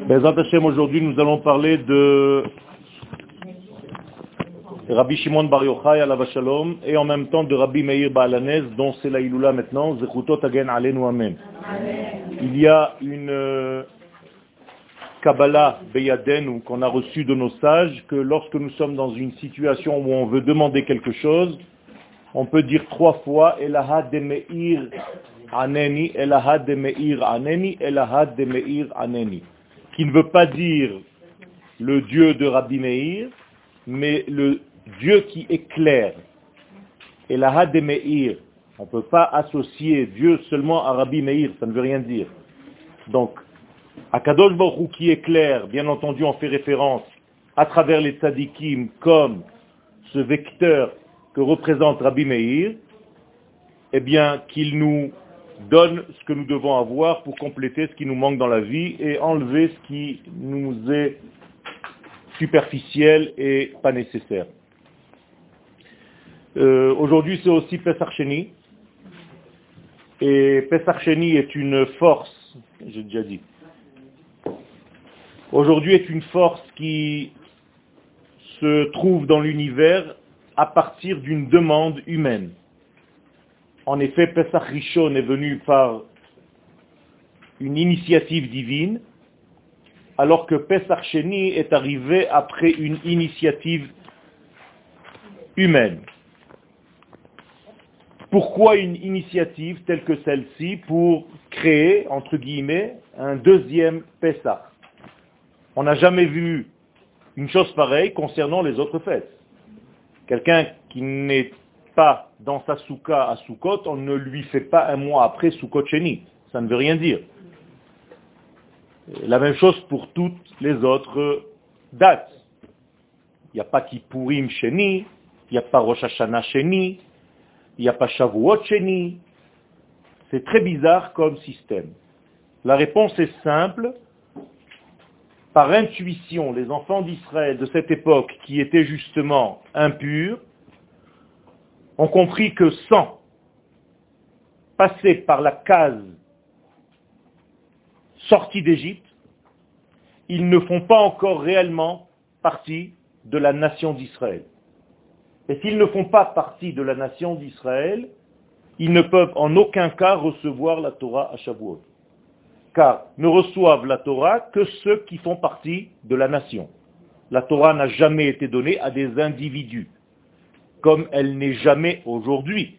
Bezrat Hashem, aujourd'hui nous allons parler de Rabbi Shimon Bar Yochai alav shalom et en même temps de Rabbi Meir Baal Haness, dont c'est la Iloula maintenant, Zechuto Tagen Aleinu Amen. Il y a une Kabbalah Beyadenu qu'on a reçue de nos sages, que lorsque nous sommes dans une situation où on veut demander quelque chose, on peut dire 3 fois Elaha de Meir Aneni, Elaha de Meir Aneni, Elaha de Meir Aneni, qui ne veut pas dire le Dieu de Rabbi Meir, mais le Dieu qui éclaire. Elaha de Meir. On ne peut pas associer Dieu seulement à Rabbi Meir, ça ne veut rien dire. Donc, Akadosh Baruch Hu qui éclaire, bien entendu on fait référence à travers les tzadikim comme ce vecteur que représente Rabbi Meir, eh bien qu'il nous donne ce que nous devons avoir pour compléter ce qui nous manque dans la vie et enlever ce qui nous est superficiel et pas nécessaire. Aujourd'hui c'est aussi Pesach Sheni, et Pesach Sheni est une force, j'ai déjà dit, aujourd'hui est une force qui se trouve dans l'univers à partir d'une demande humaine. En effet, Pesach Rishon est venu par une initiative divine, alors que Pesach Sheni est arrivé après une initiative humaine. Pourquoi une initiative telle que celle-ci? Pour créer, entre guillemets, un deuxième Pesach. On n'a jamais vu une chose pareille concernant les autres fêtes. Quelqu'un qui n'est pas dans sa soukha à Sukkot, on ne lui fait pas un mois après Sukkot Sheni. Ça ne veut rien dire. La même chose pour toutes les autres dates. Il n'y a pas Kippourim Sheni, il n'y a pas Rosh Hashanah Sheni, il n'y a pas Shavuot Sheni. C'est très bizarre comme système. La réponse est simple. Par intuition, les enfants d'Israël de cette époque, qui étaient justement impurs, ont compris que sans passer par la case sortie d'Égypte, ils ne font pas encore réellement partie de la nation d'Israël. Et s'ils ne font pas partie de la nation d'Israël, ils ne peuvent en aucun cas recevoir la Torah à Shavuot. Car ne reçoivent la Torah que ceux qui font partie de la nation. La Torah n'a jamais été donnée à des individus, comme elle n'est jamais aujourd'hui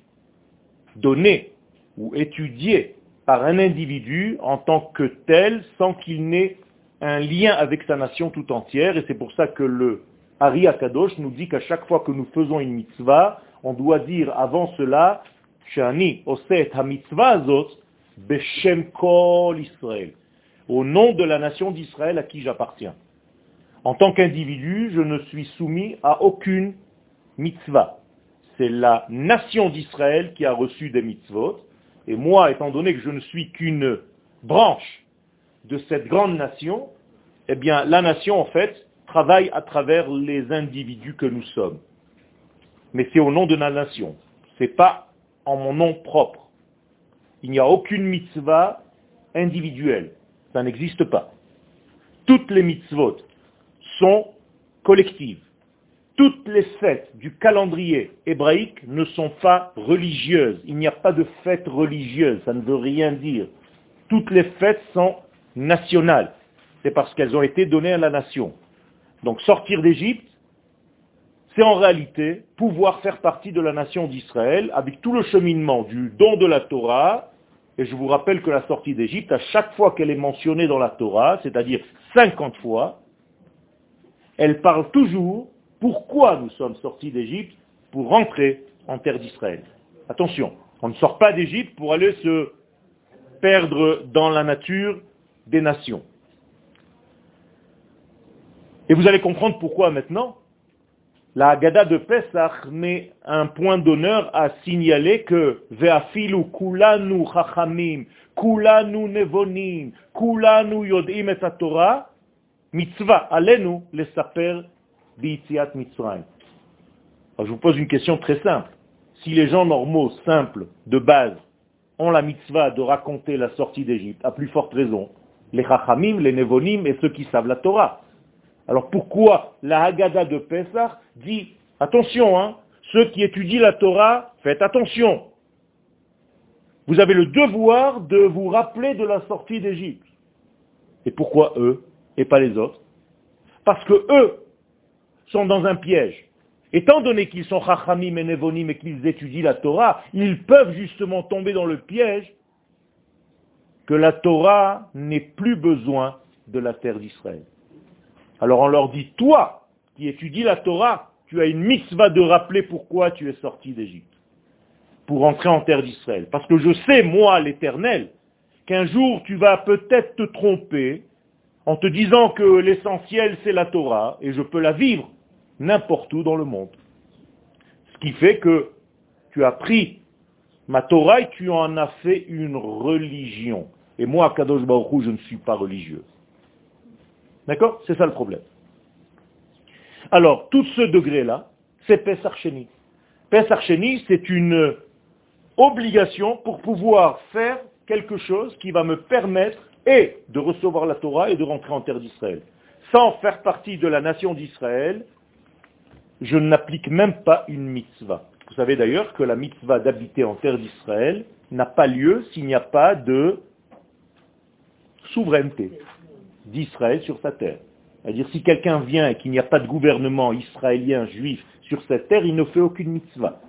donnée ou étudiée par un individu en tant que tel, sans qu'il n'ait un lien avec sa nation tout entière. Et c'est pour ça que le Ari Akadosh nous dit qu'à chaque fois que nous faisons une mitzvah, on doit dire avant cela, Shani oset ha-mitzvah azot beshem kol Israël, au nom de la nation d'Israël à qui j'appartiens. En tant qu'individu, je ne suis soumis à aucune mitzvah. C'est la nation d'Israël qui a reçu des mitzvot, et moi, étant donné que je ne suis qu'une branche de cette grande nation, eh bien, la nation, en fait, travaille à travers les individus que nous sommes. Mais c'est au nom de la nation. C'est pas en mon nom propre. Il n'y a aucune mitzvah individuelle. Ça n'existe pas. Toutes les mitzvot sont collectives. Toutes les fêtes du calendrier hébraïque ne sont pas religieuses. Il n'y a pas de fête religieuse. Ça ne veut rien dire. Toutes les fêtes sont nationales. C'est parce qu'elles ont été données à la nation. Donc sortir d'Égypte, c'est en réalité pouvoir faire partie de la nation d'Israël avec tout le cheminement du don de la Torah. Et je vous rappelle que la sortie d'Égypte, à chaque fois qu'elle est mentionnée dans la Torah, c'est-à-dire 50 fois, elle parle toujours pourquoi nous sommes sortis d'Égypte pour rentrer en terre d'Israël. Attention, on ne sort pas d'Égypte pour aller se perdre dans la nature des nations. Et vous allez comprendre pourquoi maintenant. La Haggadah de Pesach met un point d'honneur à signaler que Ve'afilu kulanu chachamim, kulanu nevonim, kulanu yod'im et Torah, mitzvah alenu lesaper bi'itziat Mitzrayim. Alors je vous pose une question très simple. Si les gens normaux, simples, de base, ont la mitzvah de raconter la sortie d'Égypte, à plus forte raison, les Chachamim, les Nevonim et ceux qui savent la Torah. Alors pourquoi la Haggadah de Pessah dit, attention, ceux qui étudient la Torah, faites attention. Vous avez le devoir de vous rappeler de la sortie d'Égypte. Et pourquoi eux et pas les autres? Parce que eux sont dans un piège. Étant donné qu'ils sont Chachamim et Nevonim et qu'ils étudient la Torah, ils peuvent justement tomber dans le piège que la Torah n'ait plus besoin de la terre d'Israël. Alors on leur dit, toi qui étudies la Torah, tu as une mitzvah de rappeler pourquoi tu es sorti d'Égypte, pour entrer en terre d'Israël. Parce que je sais, moi, l'Éternel, qu'un jour tu vas peut-être te tromper en te disant que l'essentiel c'est la Torah, et je peux la vivre n'importe où dans le monde. Ce qui fait que tu as pris ma Torah et tu en as fait une religion. Et moi, Kadosh Baruch Hu, je ne suis pas religieux. D'accord? C'est ça le problème. Alors, tout ce degré-là, c'est Pesach Sheni. Pesach Sheni, c'est une obligation pour pouvoir faire quelque chose qui va me permettre et de recevoir la Torah et de rentrer en terre d'Israël. Sans faire partie de la nation d'Israël, je n'applique même pas une mitzvah. Vous savez d'ailleurs que la mitzvah d'habiter en terre d'Israël n'a pas lieu s'il n'y a pas de souveraineté d'Israël sur sa terre. C'est-à-dire si quelqu'un vient et qu'il n'y a pas de gouvernement israélien juif sur cette terre, il ne fait aucune mitzvah.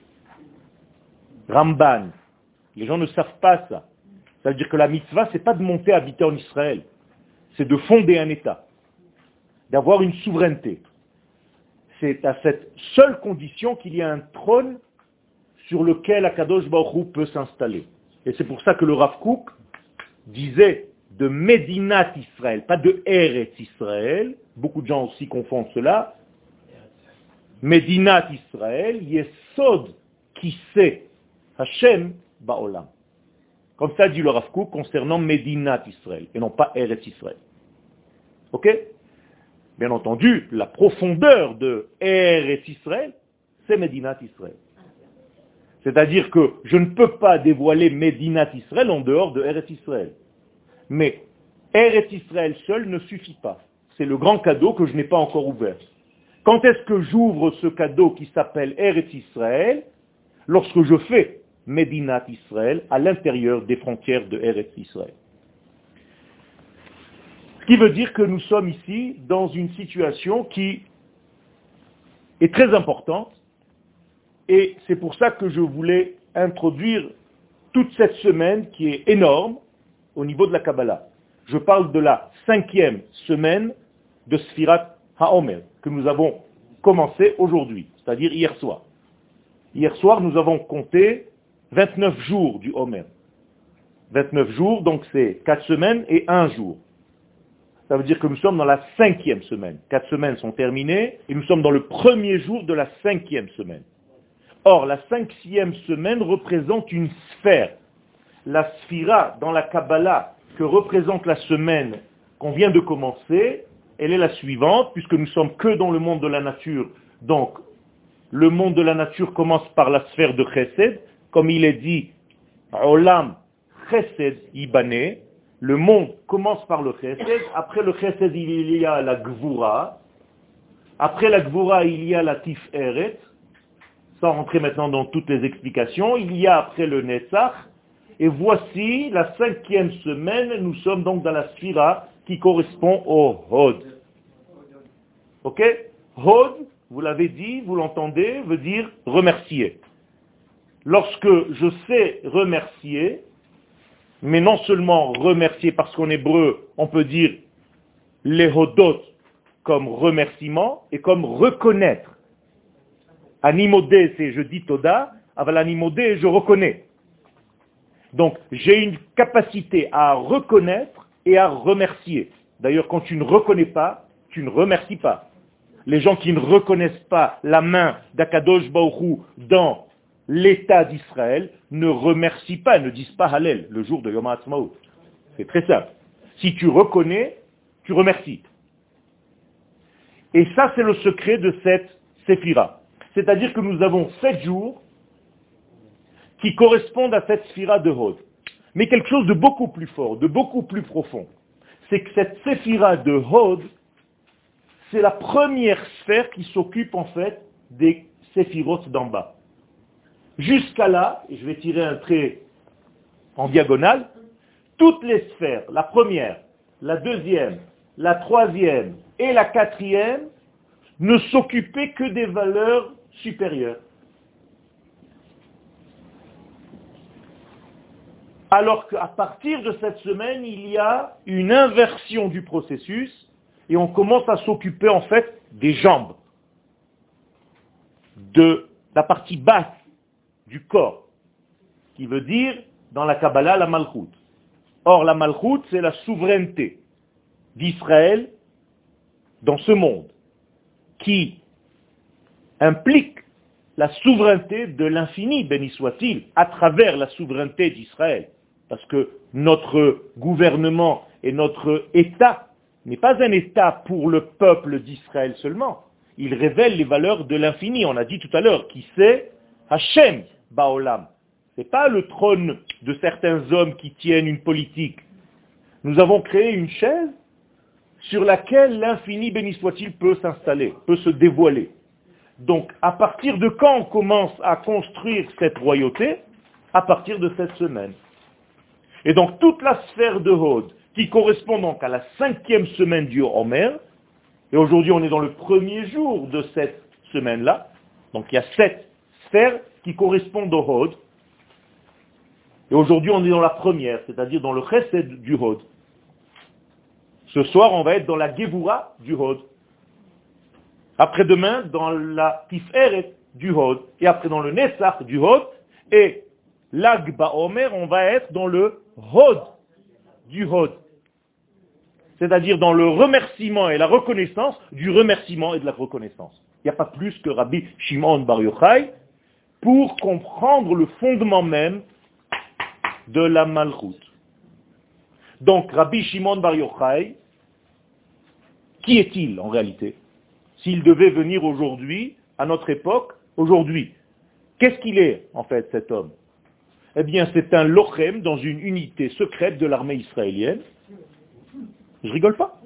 Ramban, les gens ne savent pas ça. Ça veut dire que la mitzvah, c'est pas de monter habiter en Israël, c'est de fonder un État, d'avoir une souveraineté. C'est à cette seule condition qu'il y a un trône sur lequel Akadosh Baruch Hu peut s'installer. Et c'est pour ça que le Rav Kook disait de Medinat Israël, pas de Eretz Israël. Beaucoup de gens aussi confondent cela. Medinat Israël, Yesod Kiseh Hashem Ba'olam. Comme ça dit le Rav Kook concernant Medinat Israël, et non pas Eretz Israël. Ok? Bien entendu, la profondeur de Eretz Israël, c'est Medinat Israël. C'est-à-dire que je ne peux pas dévoiler Medinat Israël en dehors de Eretz Israël. Mais Eretz Israël seul ne suffit pas. C'est le grand cadeau que je n'ai pas encore ouvert. Quand est-ce que j'ouvre ce cadeau qui s'appelle Eretz Israël? Lorsque je fais Medinat Israël à l'intérieur des frontières de Eretz Israël. Ce qui veut dire que nous sommes ici dans une situation qui est très importante et c'est pour ça que je voulais introduire toute cette semaine qui est énorme au niveau de la Kabbalah. Je parle de la 5e semaine de Sfirat HaOmer que nous avons commencé aujourd'hui, c'est-à-dire hier soir. Hier soir, nous avons compté 29 jours du Homer. 29 jours, donc c'est 4 semaines et 1 jour. Ça veut dire que nous sommes dans la 5e semaine. 4 semaines sont terminées et nous sommes dans le premier jour de la 5e semaine. Or, la 5e semaine représente une sphère. La sphira dans la Kabbalah que représente la semaine qu'on vient de commencer, elle est la suivante, puisque nous sommes que dans le monde de la nature. Donc, le monde de la nature commence par la sphère de Chesed, comme il est dit, Olam Chesed Ibane. Le monde commence par le Chesed, après le Chesed il y a la Gvura, après la Gvura il y a la Tiferet, sans rentrer maintenant dans toutes les explications, il y a après le Netzach, et voici la 5e semaine, nous sommes donc dans la Sphira qui correspond au Hod. Ok? Hod, vous l'avez dit, vous l'entendez, veut dire remercier. Lorsque je sais remercier, mais non seulement remercier parce qu'en hébreu, on peut dire les hodot comme remerciement et comme reconnaître. Animodé, c'est je dis toda, aval animodé, je reconnais. Donc, j'ai une capacité à reconnaître et à remercier. D'ailleurs, quand tu ne reconnais pas, tu ne remercies pas. Les gens qui ne reconnaissent pas la main d'Akadosh Baruch Hu dans l'État d'Israël ne remercient pas, ne disent pas Hallel le jour de Yom HaAtzmaut. C'est très simple. Si tu reconnais, tu remercies. Et ça, c'est le secret de cette séphira. C'est-à-dire que nous avons 7 jours qui correspondent à cette séphira de Hod. Mais quelque chose de beaucoup plus fort, de beaucoup plus profond. c'est que cette séphira de Hod, c'est la première sphère qui s'occupe en fait des séphirotes d'en bas. Jusqu'à là, et je vais tirer un trait en diagonale, toutes les sphères, la première, la deuxième, la troisième et la quatrième, ne s'occupaient que des valeurs supérieures. Alors qu'à partir de cette semaine, il y a une inversion du processus et on commence à s'occuper en fait des jambes, de la partie basse du corps, qui veut dire dans la Kabbalah la Malchut. Or la Malchut, c'est la souveraineté d'Israël dans ce monde, qui implique la souveraineté de l'infini, béni soit-il, à travers la souveraineté d'Israël. Parce que notre gouvernement et notre État n'est pas un État pour le peuple d'Israël seulement. Il révèle les valeurs de l'infini. On a dit tout à l'heure, qui c'est Hachem Baolam. Ce n'est pas le trône de certains hommes qui tiennent une politique. Nous avons créé une chaise sur laquelle l'infini, béni soit-il, peut s'installer, peut se dévoiler. Donc, à partir de quand on commence à construire cette royauté? À partir de cette semaine. Et donc, toute la sphère de Hod, qui correspond donc à la 5e semaine du Homer, et aujourd'hui on est dans le premier jour de cette semaine-là, donc il y a 7 sphères qui correspondent au Hod, et aujourd'hui on est dans la première, c'est-à-dire dans le Chesed du Hod. Ce soir, on va être dans la Gevura du Hod. Après-demain, dans la Tiferet du Hod. Et après, dans le Nessach du Hod. Et l'Ag Baomer, on va être dans le Hod du Hod. C'est-à-dire dans le remerciement et la reconnaissance du remerciement et de la reconnaissance. Il n'y a pas plus que Rabbi Shimon Bar Yochai pour comprendre le fondement même de la Malchut. Donc, Rabbi Shimon Bar Yochai, qui est-il en réalité? S'il devait venir aujourd'hui, à notre époque, aujourd'hui, qu'est-ce qu'il est en fait cet homme? Eh bien, c'est un lochem dans une unité secrète de l'armée israélienne. Je rigole pas.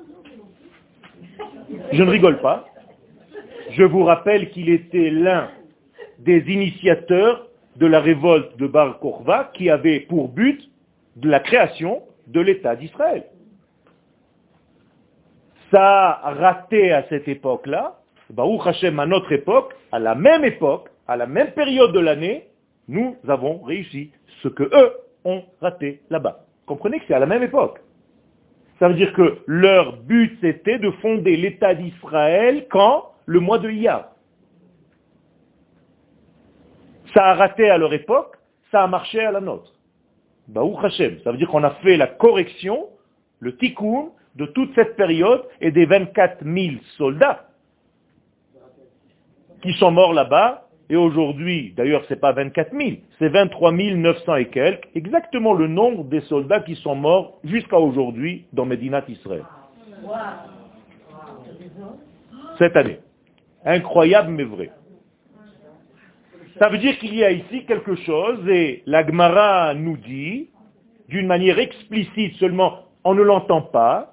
Je ne rigole pas. Je vous rappelle qu'il était l'un des initiateurs de la révolte de Bar Kokhba qui avait pour but de la création de l'État d'Israël. Ça a raté à cette époque-là. Baruch Hashem, à notre époque, à la même époque, à la même période de l'année, nous avons réussi ce que eux ont raté là-bas. Comprenez que c'est à la même époque. Ça veut dire que leur but c'était de fonder l'État d'Israël quand? Le mois de Iyar. Ça a raté à leur époque, ça a marché à la nôtre. Baruch Hashem, ça veut dire qu'on a fait la correction, le tikkun, de toute cette période et des 24 000 soldats qui sont morts là-bas. Et aujourd'hui, d'ailleurs, c'est pas 24 000, c'est 23 900 et quelques, exactement le nombre des soldats qui sont morts jusqu'à aujourd'hui dans Médinat Israël. Cette année. Incroyable mais vrai. Ça veut dire qu'il y a ici quelque chose, et la Gemara nous dit, d'une manière explicite seulement, on ne l'entend pas,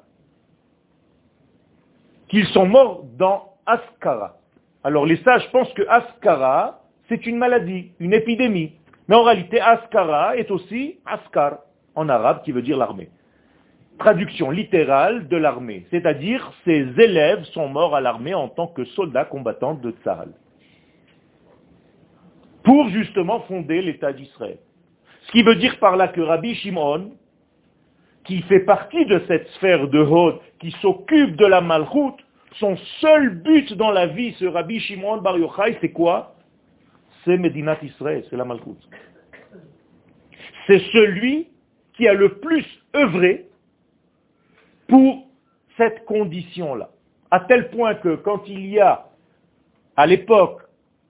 qu'ils sont morts dans Askara. Alors les sages pensent que Askara, c'est une maladie, une épidémie. Mais en réalité, Askara est aussi Askar, en arabe, qui veut dire l'armée. Traduction littérale de l'armée. C'est-à-dire, ces élèves sont morts à l'armée en tant que soldats combattants de Tzahal. Pour justement fonder l'État d'Israël. Ce qui veut dire par là que Rabbi Shimon, qui fait partie de cette sphère de Hod, qui s'occupe de la Malchut, son seul but dans la vie, ce Rabbi Shimon Bar Yochai, c'est quoi? C'est Médinat Israël, c'est la Malchut. C'est celui qui a le plus œuvré pour cette condition-là. À tel point que quand il y a, à l'époque,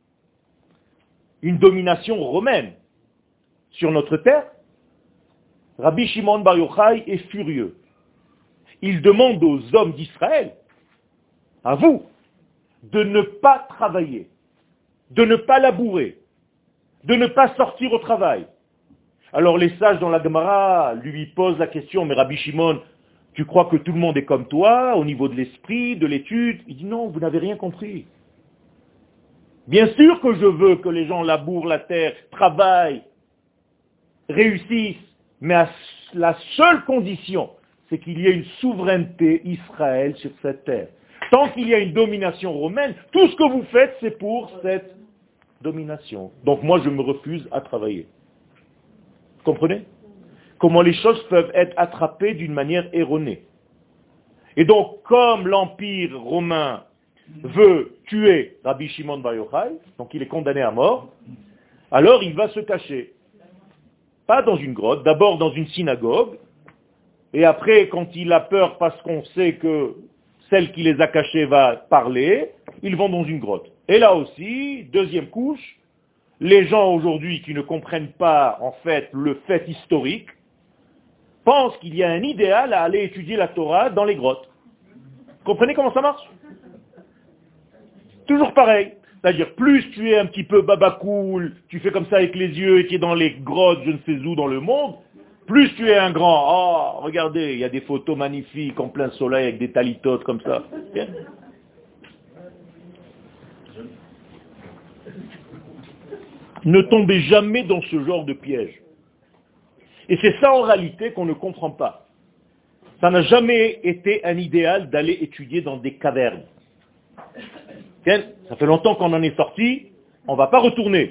une domination romaine sur notre terre, Rabbi Shimon Bar Yochai est furieux. Il demande aux hommes d'Israël, à vous, de ne pas travailler, de ne pas labourer, de ne pas sortir au travail. Alors les sages dans la Gemara lui posent la question, mais Rabbi Shimon, Tu crois que tout le monde est comme toi, au niveau de l'esprit, de l'étude. Il dit non, vous n'avez rien compris. Bien sûr que je veux que les gens labourent la terre, travaillent, réussissent, mais à la seule condition, c'est qu'il y ait une souveraineté Israël sur cette terre. Tant qu'il y a une domination romaine, tout ce que vous faites, c'est pour cette domination. Donc moi, je me refuse à travailler. Vous comprenez? Comment les choses peuvent être attrapées d'une manière erronée. Et donc, comme l'Empire romain veut tuer Rabbi Shimon Bar Yochai, donc il est condamné à mort, alors il va se cacher. Pas dans une grotte, d'abord dans une synagogue, et après, quand il a peur parce qu'on sait que celle qui les a cachés va parler, ils vont dans une grotte. Et là aussi, deuxième couche, les gens aujourd'hui qui ne comprennent pas en fait le fait historique, pensent qu'il y a un idéal à aller étudier la Torah dans les grottes. Vous comprenez comment ça marche? Toujours pareil. C'est-à-dire, plus tu es un petit peu babacool, tu fais comme ça avec les yeux et tu es dans les grottes, je ne sais où dans le monde, plus tu es un grand. Oh, regardez, il y a des photos magnifiques en plein soleil avec des talitotes comme ça. Bien. Ne tombez jamais dans ce genre de piège. Et c'est ça en réalité qu'on ne comprend pas. Ça n'a jamais été un idéal d'aller étudier dans des cavernes. Ça fait longtemps qu'on en est sorti, on ne va pas retourner.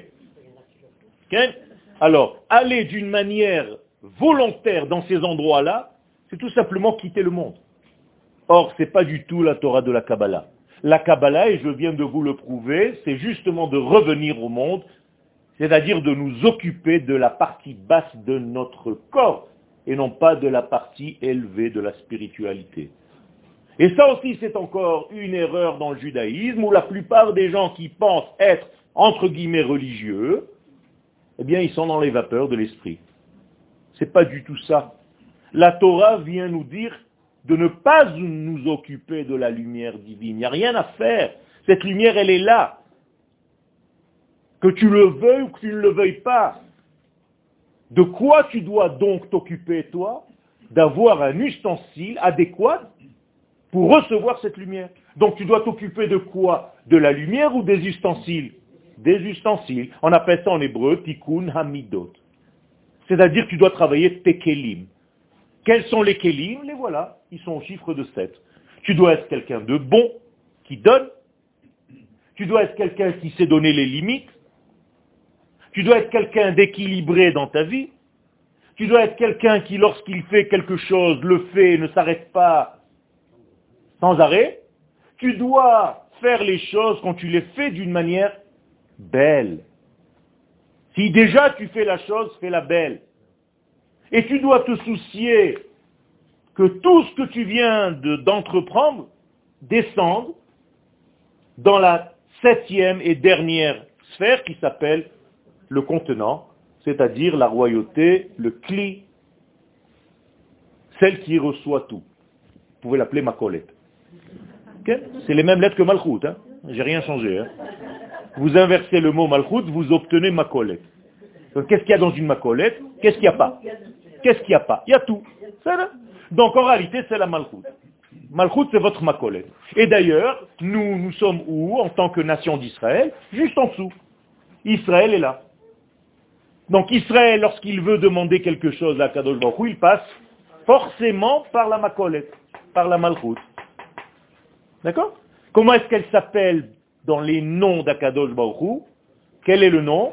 Alors, aller d'une manière volontaire dans ces endroits-là, c'est tout simplement quitter le monde. Or, ce n'est pas du tout la Torah de la Kabbalah. La Kabbalah, et je viens de vous le prouver, c'est justement de revenir au monde, c'est-à-dire de nous occuper de la partie basse de notre corps, et non pas de la partie élevée de la spiritualité. Et ça aussi, c'est encore une erreur dans le judaïsme, où la plupart des gens qui pensent être, entre guillemets, religieux, eh bien, ils sont dans les vapeurs de l'esprit. C'est pas du tout ça. La Torah vient nous dire de ne pas nous occuper de la lumière divine. Il n'y a rien à faire. Cette lumière, elle est là. Que tu le veuilles ou que tu ne le veuilles pas. De quoi tu dois donc t'occuper, toi? D'avoir un ustensile adéquat pour recevoir cette lumière. Donc tu dois t'occuper de quoi? De la lumière ou des ustensiles? Des ustensiles. On appelle ça en hébreu tikkun hamidot. C'est-à-dire que tu dois travailler tes kelim. Quels sont les kelim? Les voilà. Ils sont au chiffre de 7. Tu dois être quelqu'un de bon, qui donne. Tu dois être quelqu'un qui sait donner les limites. Tu dois être quelqu'un d'équilibré dans ta vie. Tu dois être quelqu'un qui, lorsqu'il fait quelque chose, le fait et ne s'arrête pas sans arrêt. Tu dois faire les choses quand tu les fais d'une manière belle. Si déjà tu fais la chose, fais-la belle. Et tu dois te soucier que tout ce que tu viens d'entreprendre descende dans la 7e et dernière sphère qui s'appelle le contenant, c'est-à-dire la royauté, le cli, celle qui reçoit tout. Vous pouvez l'appeler Makolet. Okay? C'est les mêmes lettres que Malchut, hein? J'ai rien changé. Hein? Vous inversez le mot Malchut, vous obtenez Makolet. Donc qu'est-ce qu'il y a dans une Makolet? Qu'est-ce qu'il n'y a pas? Qu'est-ce qu'il n'y a pas? Il y a tout. Donc en réalité, c'est la Malchut. Malchut, c'est votre Makolet. Et d'ailleurs, nous sommes où en tant que nation d'Israël? Juste en dessous. Israël est là. Donc Israël, lorsqu'il veut demander quelque chose à Kadosh Baruch Hu, il passe forcément par la Makolet, par la Malchut. D'accord? Comment est-ce qu'elle s'appelle dans les noms d'Akadosh Baruch Hu? Quel est le nom?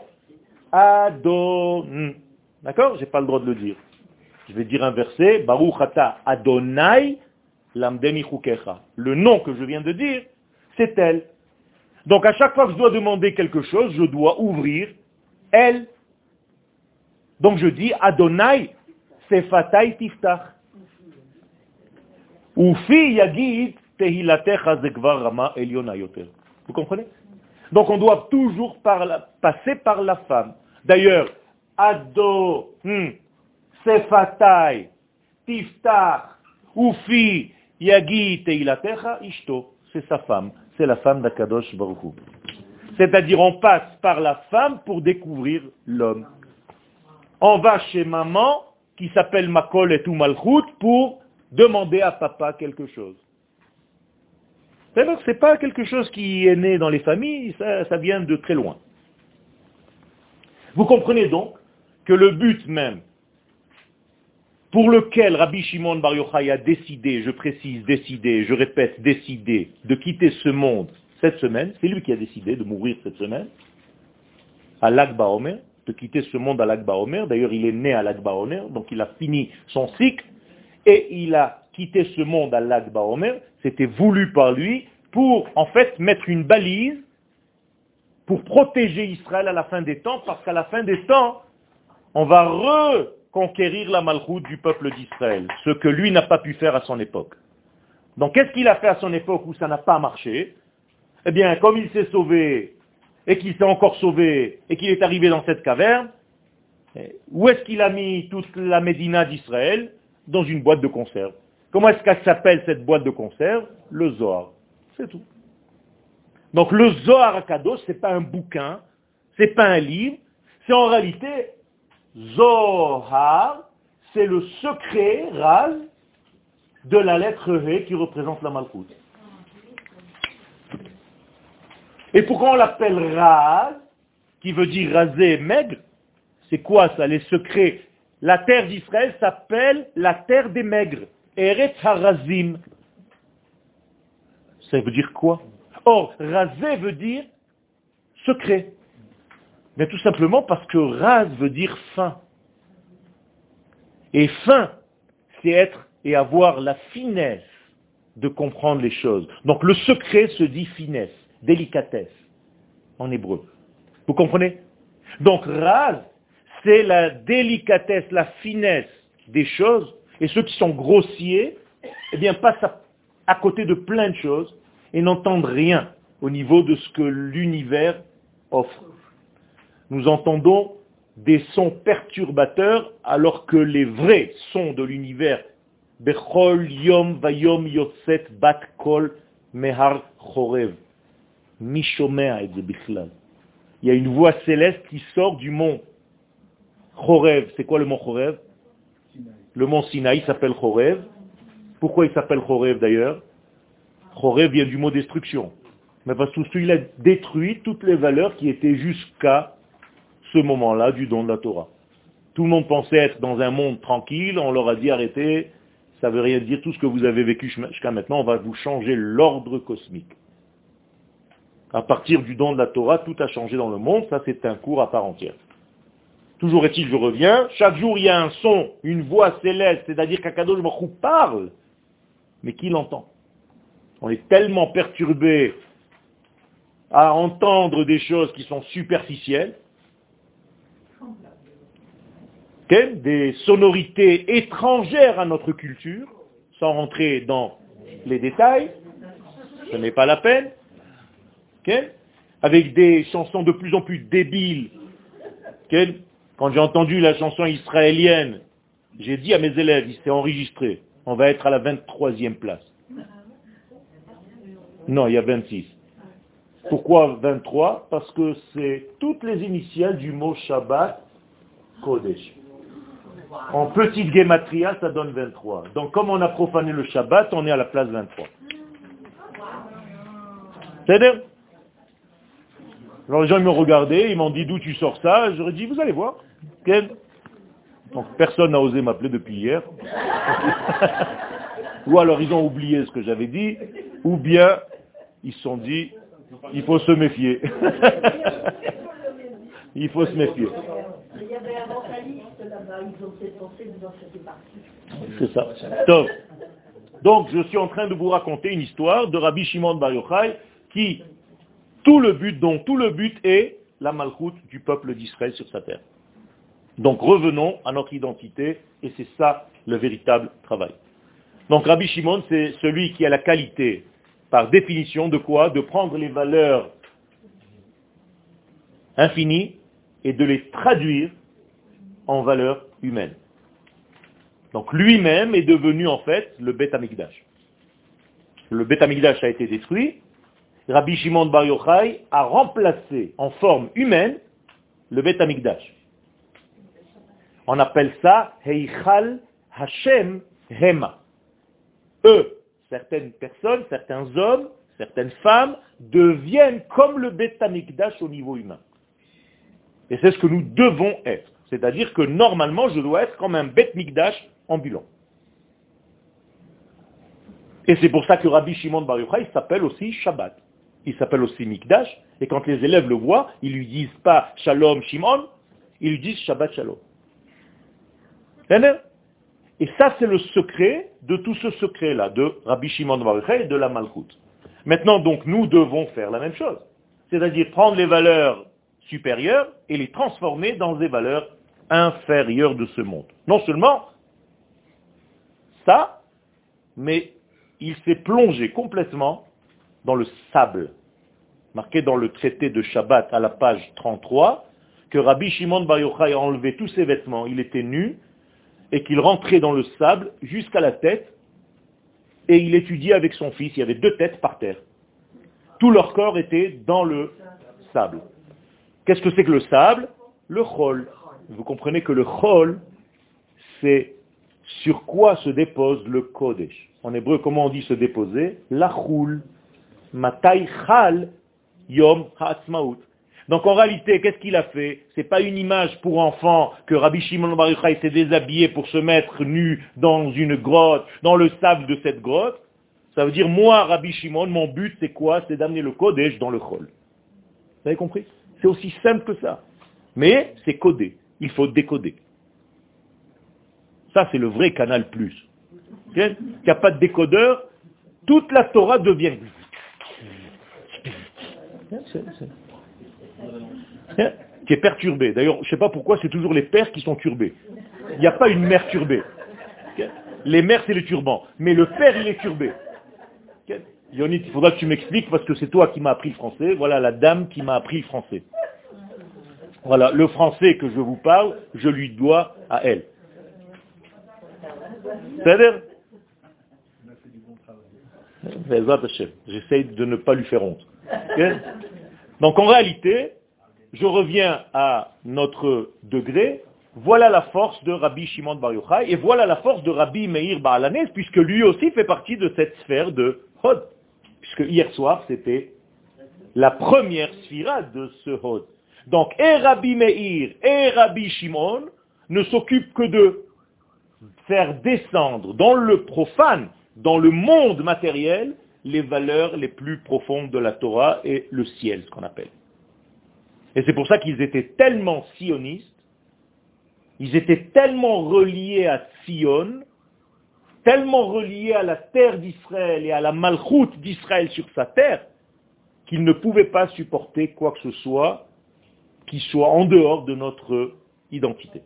Adon. D'accord? J'ai pas le droit de le dire. Je vais dire un verset. Baruch ata Adonai lamdeni chukecha. Le nom que je viens de dire, c'est elle. Donc à chaque fois que je dois demander quelque chose, je dois ouvrir elle. Donc je dis Adonai sefatai tiftach. Ufi yagid tehilatecha zekvar rama eliona yoter. Vous comprenez? Donc on doit toujours passer par la femme. D'ailleurs, Ado, Sefatai, Tiftach, Ufi, Yagi, Teilatecha, Ishto. C'est sa femme. C'est la femme d'Akadosh Baruch Hu. C'est-à-dire on passe par la femme pour découvrir l'homme. On va chez maman, qui s'appelle Makolet ou Malchut, pour demander à papa quelque chose. Ce n'est pas quelque chose qui est né dans les familles, ça vient de très loin. Vous comprenez donc que le but même pour lequel Rabbi Shimon Bar Yochai a décidé, je précise décidé, je répète décidé, de quitter ce monde cette semaine, c'est lui qui a décidé de mourir cette semaine, à Lag BaOmer, de quitter ce monde à Lag BaOmer, d'ailleurs il est né à Lag BaOmer, donc il a fini son cycle, et il a quitté ce monde à Lag BaOmer, c'était voulu par lui, pour en fait mettre une balise, pour protéger Israël à la fin des temps, parce qu'à la fin des temps, on va reconquérir la malchoute du peuple d'Israël, ce que lui n'a pas pu faire à son époque. Donc qu'est-ce qu'il a fait à son époque où ça n'a pas marché? Eh bien, comme il s'est sauvé, et qu'il s'est encore sauvé, et qu'il est arrivé dans cette caverne, où est-ce qu'il a mis toute la Médina d'Israël? Dans une boîte de conserve. Comment est-ce qu'elle s'appelle cette boîte de conserve? Le Zohar. C'est tout. Donc le Zohar HaKadosh, c'est pas un bouquin, c'est pas un livre, c'est en réalité Zohar, c'est le secret raz de la lettre He qui représente la Malchoute. Et pourquoi on l'appelle raz, qui veut dire rasé, maigre? C'est quoi ça, les secrets? La terre d'Israël s'appelle la terre des maigres. Eretz Harazim. Ça veut dire quoi? Or, rasé veut dire secret. Mais tout simplement parce que raz veut dire fin. Et fin, c'est être et avoir la finesse de comprendre les choses. Donc le secret se dit finesse, délicatesse, en hébreu. Vous comprenez? Donc raz, c'est la délicatesse, la finesse des choses. Et ceux qui sont grossiers, eh bien, passent à côté de plein de choses et n'entendent rien au niveau de ce que l'univers offre. Nous entendons des sons perturbateurs alors que les vrais sons de l'univers, Bechol Yom Vayom Yotset Bat Kol Mehar Chorev, Mishomea et Bichlal. Il y a une voix céleste qui sort du mont Chorev. C'est quoi le mont Chorev? Le mont Sinaï s'appelle Chorev. Pourquoi il s'appelle Chorev d'ailleurs? Chorev vient du mot destruction. Mais parce qu'il a détruit toutes les valeurs qui étaient jusqu'à ce moment-là du don de la Torah. Tout le monde pensait être dans un monde tranquille, on leur a dit arrêtez, ça ne veut rien dire, tout ce que vous avez vécu jusqu'à maintenant, on va vous changer l'ordre cosmique. À partir du don de la Torah, tout a changé dans le monde, ça c'est un cours à part entière. Toujours est-il, je reviens, chaque jour il y a un son, une voix céleste, c'est-à-dire qu'Akadosh Baruch Hu parle, mais qui l'entend? On est tellement perturbé à entendre des choses qui sont superficielles, des sonorités étrangères à notre culture, sans rentrer dans les détails, ce n'est pas la peine, avec des chansons de plus en plus débiles. Quand j'ai entendu la chanson israélienne, j'ai dit à mes élèves, il s'est enregistré, on va être à la 23e place. Non, il y a 26. Pourquoi 23? Parce que c'est toutes les initiales du mot Shabbat Kodesh. En petite gematria, ça donne 23. Donc comme on a profané le Shabbat, on est à la place 23. C'est-à-dire, alors les gens ils m'ont regardé, ils m'ont dit d'où tu sors ça? J'aurais dit, vous allez voir. Donc personne n'a osé m'appeler depuis hier. Ou alors ils ont oublié ce que j'avais dit, ou bien ils se sont dit, il faut se méfier. Il faut se méfier. Il y avait un mentaliste là-bas, ils ont peut-être pensé que vous en faisiez partie. C'est ça. Top. Donc je suis en train de vous raconter une histoire de Rabbi Shimon Bar Yochai qui, tout le but est la malchoute du peuple d'Israël sur sa terre. Donc revenons à notre identité et c'est ça le véritable travail. Donc Rabbi Shimon, c'est celui qui a la qualité, par définition, de quoi? De prendre les valeurs infinies et de les traduire en valeurs humaines. Donc lui-même est devenu en fait le Beth Amikdash. Le Beth Amikdash a été détruit. Rabbi Shimon Bar Yochai a remplacé en forme humaine le Beth Amikdash. On appelle ça Heichal Hashem Hema. eux, certaines personnes, certains hommes, certaines femmes, deviennent comme le Beth Amikdash au niveau humain. Et c'est ce que nous devons être. C'est-à-dire que normalement, je dois être comme un Beth Mikdash ambulant. Et c'est pour ça que Rabbi Shimon Bar Yochai, il s'appelle aussi Shabbat. Il s'appelle aussi Mikdash. Et quand les élèves le voient, ils lui disent pas Shalom Shimon, ils lui disent Shabbat Shalom. Et ça, c'est le secret de tout ce secret-là, de Rabbi Shimon Bar Yochai et de la Malchut. Maintenant, donc, nous devons faire la même chose. C'est-à-dire prendre les valeurs supérieures et les transformer dans des valeurs inférieures de ce monde. Non seulement ça, mais il s'est plongé complètement dans le sable. Marqué dans le traité de Shabbat à la page 33, que Rabbi Shimon Bar Yochai a enlevé tous ses vêtements, il était nu, et qu'il rentrait dans le sable jusqu'à la tête, et il étudiait avec son fils, il y avait 2 têtes par terre. Tout leur corps était dans le sable. Qu'est-ce que c'est que le sable? Le chol. Vous comprenez que le chol, c'est sur quoi se dépose le kodesh. En hébreu, comment on dit se déposer? La choul. Matai chal yom ha'atzmaut. Donc en réalité, qu'est-ce qu'il a fait? C'est pas une image pour enfants que Rabbi Shimon Bar Yochai s'est déshabillé pour se mettre nu dans une grotte, dans le sable de cette grotte. Ça veut dire, moi, Rabbi Shimon, mon but, c'est quoi? C'est d'amener le kodesh dans le chol. Vous avez compris? C'est aussi simple que ça. Mais c'est codé. Il faut décoder. Ça, c'est le vrai Canal+. Il n'y a pas de décodeur, toute la Torah devient... Qui est perturbé. D'ailleurs, je ne sais pas pourquoi, c'est toujours les pères qui sont turbés. Il n'y a pas une mère turbée. Les mères, c'est les turbans. Mais le père, il est turbé. Yonit, il faudra que tu m'expliques parce que c'est toi qui m'as appris le français. Voilà la dame qui m'a appris le français. Voilà, le français que je vous parle, je lui dois à elle. C'est-à-dire, j'essaye de ne pas lui faire honte. Donc en réalité, je reviens à notre degré. Voilà la force de Rabbi Shimon Bar Yochai et voilà la force de Rabbi Meir Baal Hanès, puisque lui aussi fait partie de cette sphère de Hod. Puisque hier soir, c'était la première sphira de ce Hod. Donc, et Rabbi Meir et Rabbi Shimon ne s'occupent que de faire descendre dans le profane, dans le monde matériel, les valeurs les plus profondes de la Torah et le ciel, ce qu'on appelle. Et c'est pour ça qu'ils étaient tellement sionistes, ils étaient tellement reliés à Sion, tellement reliés à la terre d'Israël et à la malchoute d'Israël sur sa terre, qu'ils ne pouvaient pas supporter quoi que ce soit qui soit en dehors de notre identité.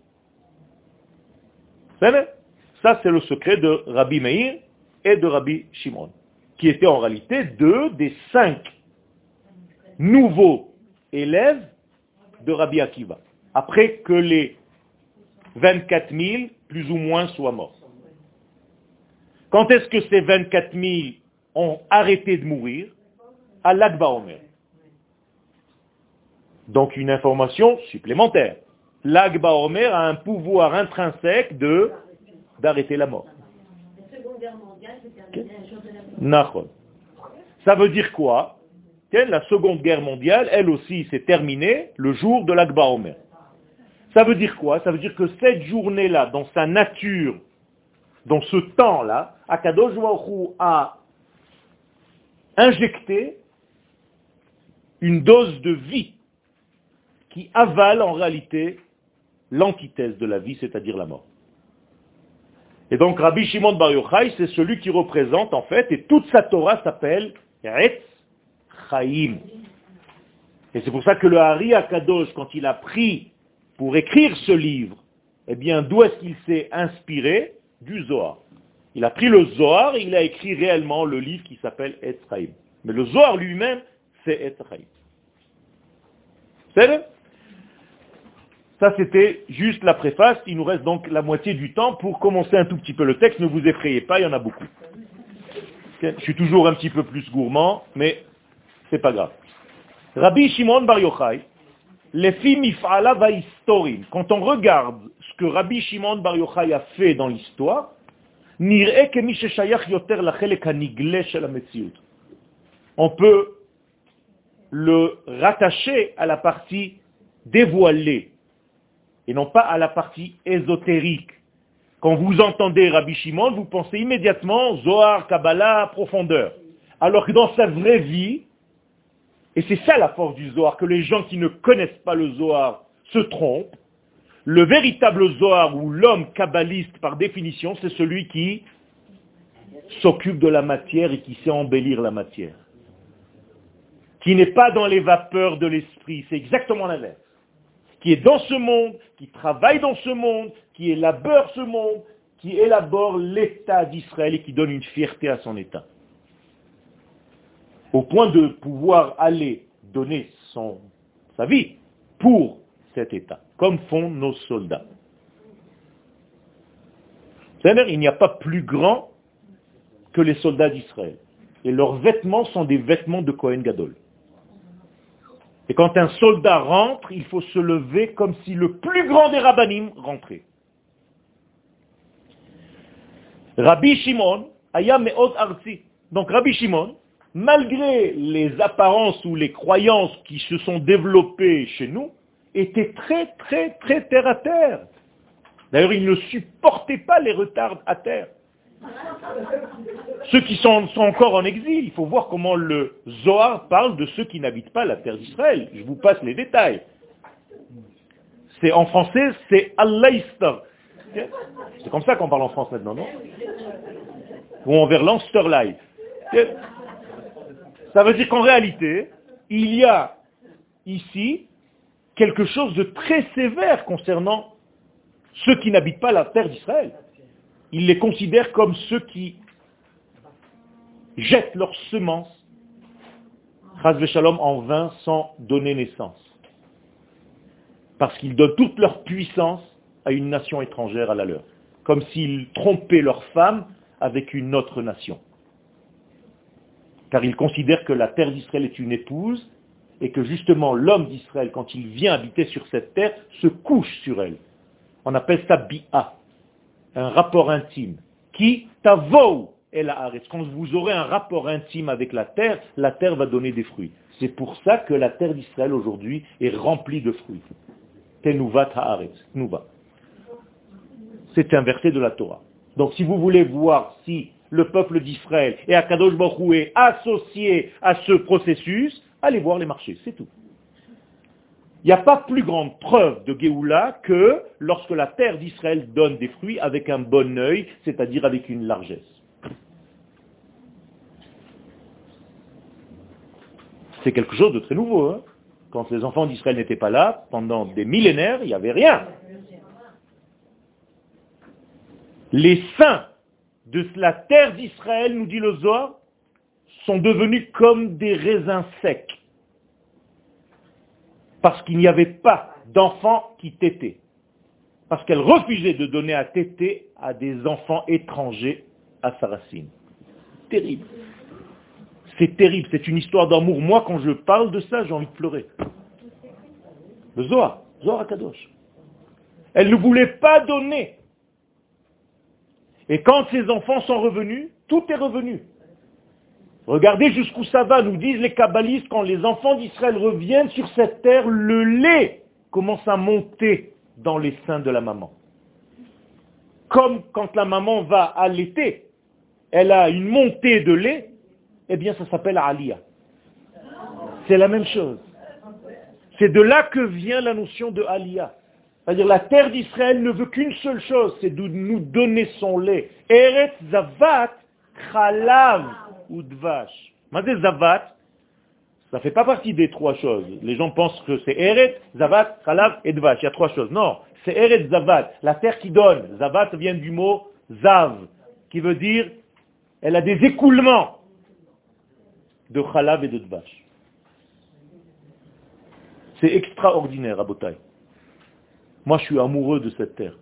Ça, c'est le secret de Rabbi Meir et de Rabbi Shimon, qui étaient en réalité 2 des 5 nouveaux élèves de Rabbi Akiva, après que les 24 000, plus ou moins, soient morts. Quand est-ce que ces 24 000 ont arrêté de mourir? À l'Ag Baomer. Donc une information supplémentaire. L'Ag Baomer a un pouvoir intrinsèque d'arrêter la mort. La Seconde Guerre mondiale, c'est terminé un jour de la mort. Nachon. Ça veut dire quoi? La Seconde Guerre mondiale, elle aussi, s'est terminée le jour de l'Ag Baomer. Ça veut dire quoi? Ça veut dire que cette journée-là, dans sa nature, dans ce temps-là, Akadosh Baruch Hu a injecté une dose de vie qui avale en réalité l'antithèse de la vie, c'est-à-dire la mort. Et donc Rabbi Shimon Bar Yochai, c'est celui qui représente en fait, et toute sa Torah s'appelle Etz Chaim. Et c'est pour ça que le Hari Akadosh, quand il a pris pour écrire ce livre, eh bien d'où est-ce qu'il s'est inspiré? Du Zohar. Il a pris le Zohar et il a écrit réellement le livre qui s'appelle Etz Chaim. Mais le Zohar lui-même, c'est Etz Chaim. C'est ça, c'était juste la préface. Il nous reste donc la moitié du temps pour commencer un tout petit peu le texte. Ne vous effrayez pas, il y en a beaucoup. Je suis toujours un petit peu plus gourmand, mais c'est pas grave. Rabbi Shimon Bar Yochai, les mif'ala vahistorim. Quand on regarde ce que Rabbi Shimon Bar Yochai a fait dans l'histoire, On peut le rattacher à la partie dévoilée et non pas à la partie ésotérique. Quand vous entendez Rabbi Shimon, vous pensez immédiatement Zohar, Kabbalah, profondeur. Alors que dans sa vraie vie, et c'est ça la force du Zohar, que les gens qui ne connaissent pas le Zohar se trompent, le véritable Zohar ou l'homme kabbaliste par définition, c'est celui qui s'occupe de la matière et qui sait embellir la matière. Qui n'est pas dans les vapeurs de l'esprit, c'est exactement l'inverse. Qui est dans ce monde, qui travaille dans ce monde, qui élabore ce monde, qui élabore l'état d'Israël et qui donne une fierté à son état. Au point de pouvoir aller donner sa vie pour cet état, comme font nos soldats. C'est-à-dire, il n'y a pas plus grand que les soldats d'Israël. Et leurs vêtements sont des vêtements de Kohen Gadol. Et quand un soldat rentre, il faut se lever comme si le plus grand des rabbanim rentrait. Rabbi Shimon, aya me'od arzi. Donc Rabbi Shimon, malgré les apparences ou les croyances qui se sont développées chez nous, était très, très, très terre à terre. D'ailleurs, il ne supportait pas les retards à terre. Ceux qui sont encore en exil, il faut voir comment le Zohar parle de ceux qui n'habitent pas la terre d'Israël. Je vous passe les détails. En français, c'est Allaïstar. C'est comme ça qu'on parle en France maintenant, non? Ou en verlan, Sterlai. Ça veut dire qu'en réalité, il y a ici quelque chose de très sévère concernant ceux qui n'habitent pas la terre d'Israël. Il les considère comme ceux qui jettent leurs semences, chas v'shalom, en vain sans donner naissance. Parce qu'ils donnent toute leur puissance à une nation étrangère à la leur. Comme s'ils trompaient leurs femmes avec une autre nation. Car ils considèrent que la terre d'Israël est une épouse et que justement l'homme d'Israël, quand il vient habiter sur cette terre, se couche sur elle. On appelle ça bi'a. Un rapport intime. Qui tavou et la haaretz. Quand vous aurez un rapport intime avec la terre va donner des fruits. C'est pour ça que la terre d'Israël aujourd'hui est remplie de fruits. Tenuvat haaretz. Nuva. C'est un verset de la Torah. Donc si vous voulez voir si le peuple d'Israël et Akadosh Baruch Hu est associé à ce processus, allez voir les marchés, c'est tout. Il n'y a pas plus grande preuve de Géoula que lorsque la terre d'Israël donne des fruits avec un bon œil, c'est-à-dire avec une largesse. C'est quelque chose de très nouveau. Hein. Quand les enfants d'Israël n'étaient pas là, pendant des millénaires, il n'y avait rien. Les saints de la terre d'Israël, nous dit le Zohar, sont devenus comme des raisins secs. Parce qu'il n'y avait pas d'enfants qui tétaient. Parce qu'elle refusait de donner à téter à des enfants étrangers à sa racine. Terrible. C'est terrible, c'est une histoire d'amour. Moi, quand je parle de ça, j'ai envie de pleurer. Le Zohar HaKadosh. Elle ne voulait pas donner. Et quand ces enfants sont revenus, tout est revenu. Regardez jusqu'où ça va, nous disent les kabbalistes, quand les enfants d'Israël reviennent sur cette terre, le lait commence à monter dans les seins de la maman. Comme quand la maman va allaiter, elle a une montée de lait, eh bien ça s'appelle Aliyah. C'est la même chose. C'est de là que vient la notion de Aliyah. C'est-à-dire la terre d'Israël ne veut qu'une seule chose, c'est de nous donner son lait. Eretz Zavat Chalav ou Dvash. Mazé Zavat, ça ne fait pas partie des trois choses. Les gens pensent que c'est Eretz, Zavat, Chalav et Dvash. Il y a trois choses. Non, c'est Eretz Zavat, la terre qui donne. Zavat vient du mot Zav, qui veut dire, elle a des écoulements de Chalav et de Dvash. C'est extraordinaire, Abotai. Moi, je suis amoureux de cette terre.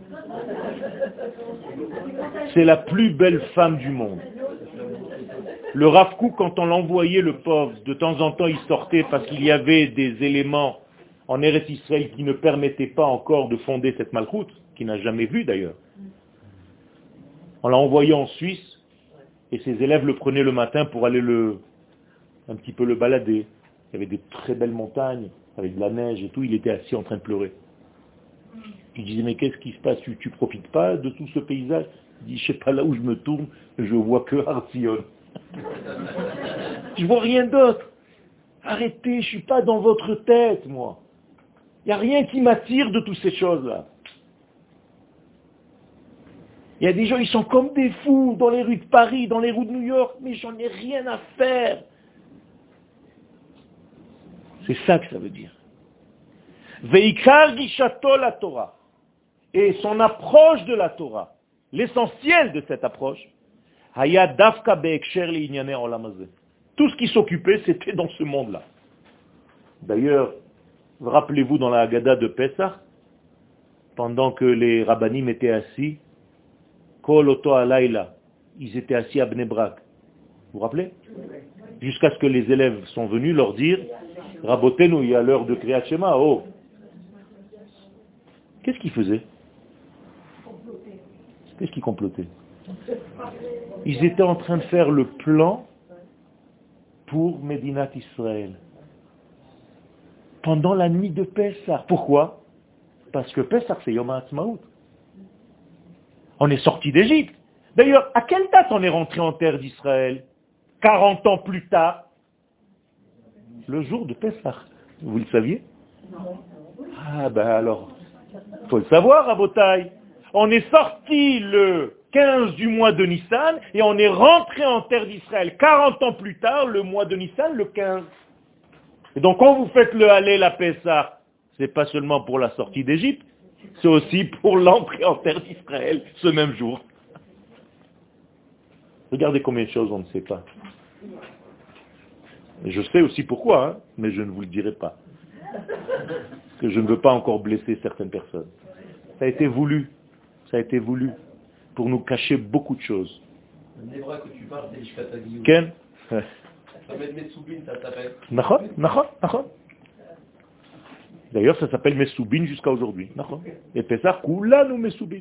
C'est la plus belle femme du monde. Le Rav Kook, quand on l'envoyait, le pauvre, de temps en temps, il sortait parce qu'il y avait des éléments en Eretz Israël qui ne permettaient pas encore de fonder cette malchoute, qu'il n'a jamais vu d'ailleurs. On l'a envoyé en Suisse, et ses élèves le prenaient le matin pour aller un petit peu le balader. Il y avait des très belles montagnes, avec de la neige et tout, il était assis en train de pleurer. Je disais, mais qu'est-ce qui se passe? Tu profites pas de tout ce paysage? Il dit, je sais pas, là où je me tourne, je vois que Arzion. Je vois rien d'autre. Arrêtez, je suis pas dans votre tête, moi. Il n'y a rien qui m'attire de toutes ces choses-là. Il y a des gens, ils sont comme des fous dans les rues de Paris, dans les rues de New York, mais j'en ai rien à faire. C'est ça que ça veut dire. Veikar gishato la Torah. Et son approche de la Torah, l'essentiel de cette approche, haya dafka be'eksher li'inyane olam hazeh. Tout ce qui s'occupait, c'était dans ce monde-là. D'ailleurs, rappelez-vous dans la Haggadah de Pessah, pendant que les rabbanim étaient assis, Kol oto alayla, ils étaient assis à Bnei Brak. Vous vous rappelez? Jusqu'à ce que les élèves sont venus leur dire, Rabotenu, il y a l'heure de Kriyat Shema, oh. Qu'est-ce qu'ils faisaient? Qu'est-ce qu'ils complotaient? Ils étaient en train de faire le plan pour Médinat Israël. Pendant la nuit de Pessah. Pourquoi? Parce que Pessah, c'est Yom HaAtzmaut. On est sorti d'Égypte. D'ailleurs, à quelle date on est rentré en terre d'Israël? 40 ans plus tard. Le jour de Pessah. Vous le saviez? Ah ben alors, faut le savoir, Rabotai. On est sorti le 15 du mois de Nissan et on est rentré en terre d'Israël 40 ans plus tard, le mois de Nissan, le 15. Et donc quand vous faites le Hallel à Pessah, c'est pas seulement pour la sortie d'Égypte, c'est aussi pour l'entrée en terre d'Israël ce même jour. Regardez combien de choses on ne sait pas. Et je sais aussi pourquoi, hein, mais je ne vous le dirai pas. Parce que je ne veux pas encore blesser certaines personnes. Ça a été voulu. Ça a été voulu pour nous cacher beaucoup de choses. Le Nebra que tu parles, c'est l'Ishkat Agiyou. Ken? Ça s'appelle Metsoubin, ça s'appelle. Nachon. D'ailleurs, ça s'appelle Mesoubin jusqu'à aujourd'hui. Et Pessah, Koulanu Mesoubin.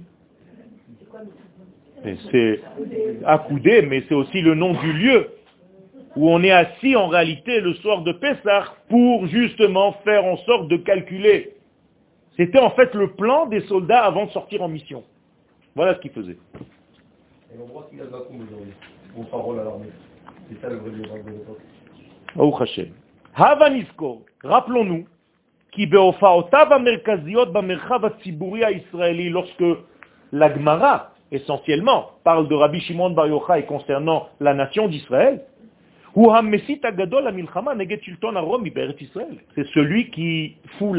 C'est accoudé, mais c'est aussi le nom du lieu où on est assis en réalité le soir de Pessah pour justement faire en sorte de calculer. C'était en fait le plan des soldats avant de sortir en mission. Voilà ce qu'ils faisaient. Et on voit qu'il y a le vacuum aujourd'hui. Vos paroles à l'armée. C'est ça le vrai miracle de l'époque. Baruch Hashem. Hava nizkor, rappelons-nous, ki beofaotav hamerkaziot bamerchav hatziburi haïsraéli, lorsque la Gemara, essentiellement, parle de Rabbi Shimon Bar Yochai concernant la nation d'Israël, hu hamesit hagadol hamilchama neged shilton harom be'eretz Israël. C'est celui qui fout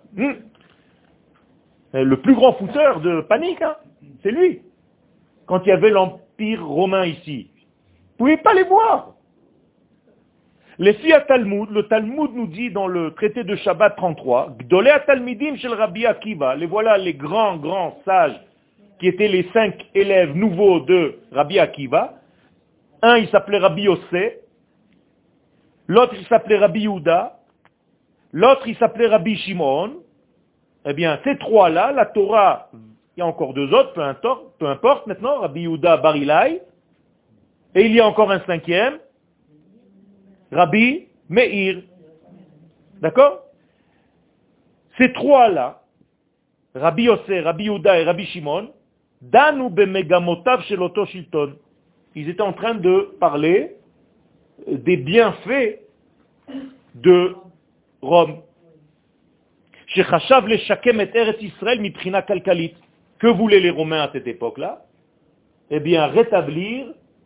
le plus grand fouteur de panique, hein, c'est lui. Quand il y avait l'Empire romain ici, vous ne pouvez pas les voir. Les filles à Talmud, le Talmud nous dit dans le traité de Shabbat 33, Gdolei Talmidim shel Rabbi Akiva, les voilà les grands sages qui étaient les 5 élèves nouveaux de Rabbi Akiva. Un, il s'appelait Rabbi Yossé, l'autre, il s'appelait Rabbi Yehuda, l'autre, il s'appelait Rabbi Shimon. Eh bien, ces trois-là, la Torah, il y a encore 2 autres, peu importe maintenant, Rabbi Yehuda Bar Ilai, et il y a encore un 5e, Rabbi Meir. D'accord? Ces trois-là, Rabbi Yossé, Rabbi Yehuda et Rabbi Shimon, Danu bemegamotav shel oto shilton. Ils étaient en train de parler des bienfaits de Rome. Shechachav leshakem et Eretz Israël miprina kalkalit. Que voulaient les Romains à cette époque-là? Eh bien, rétablir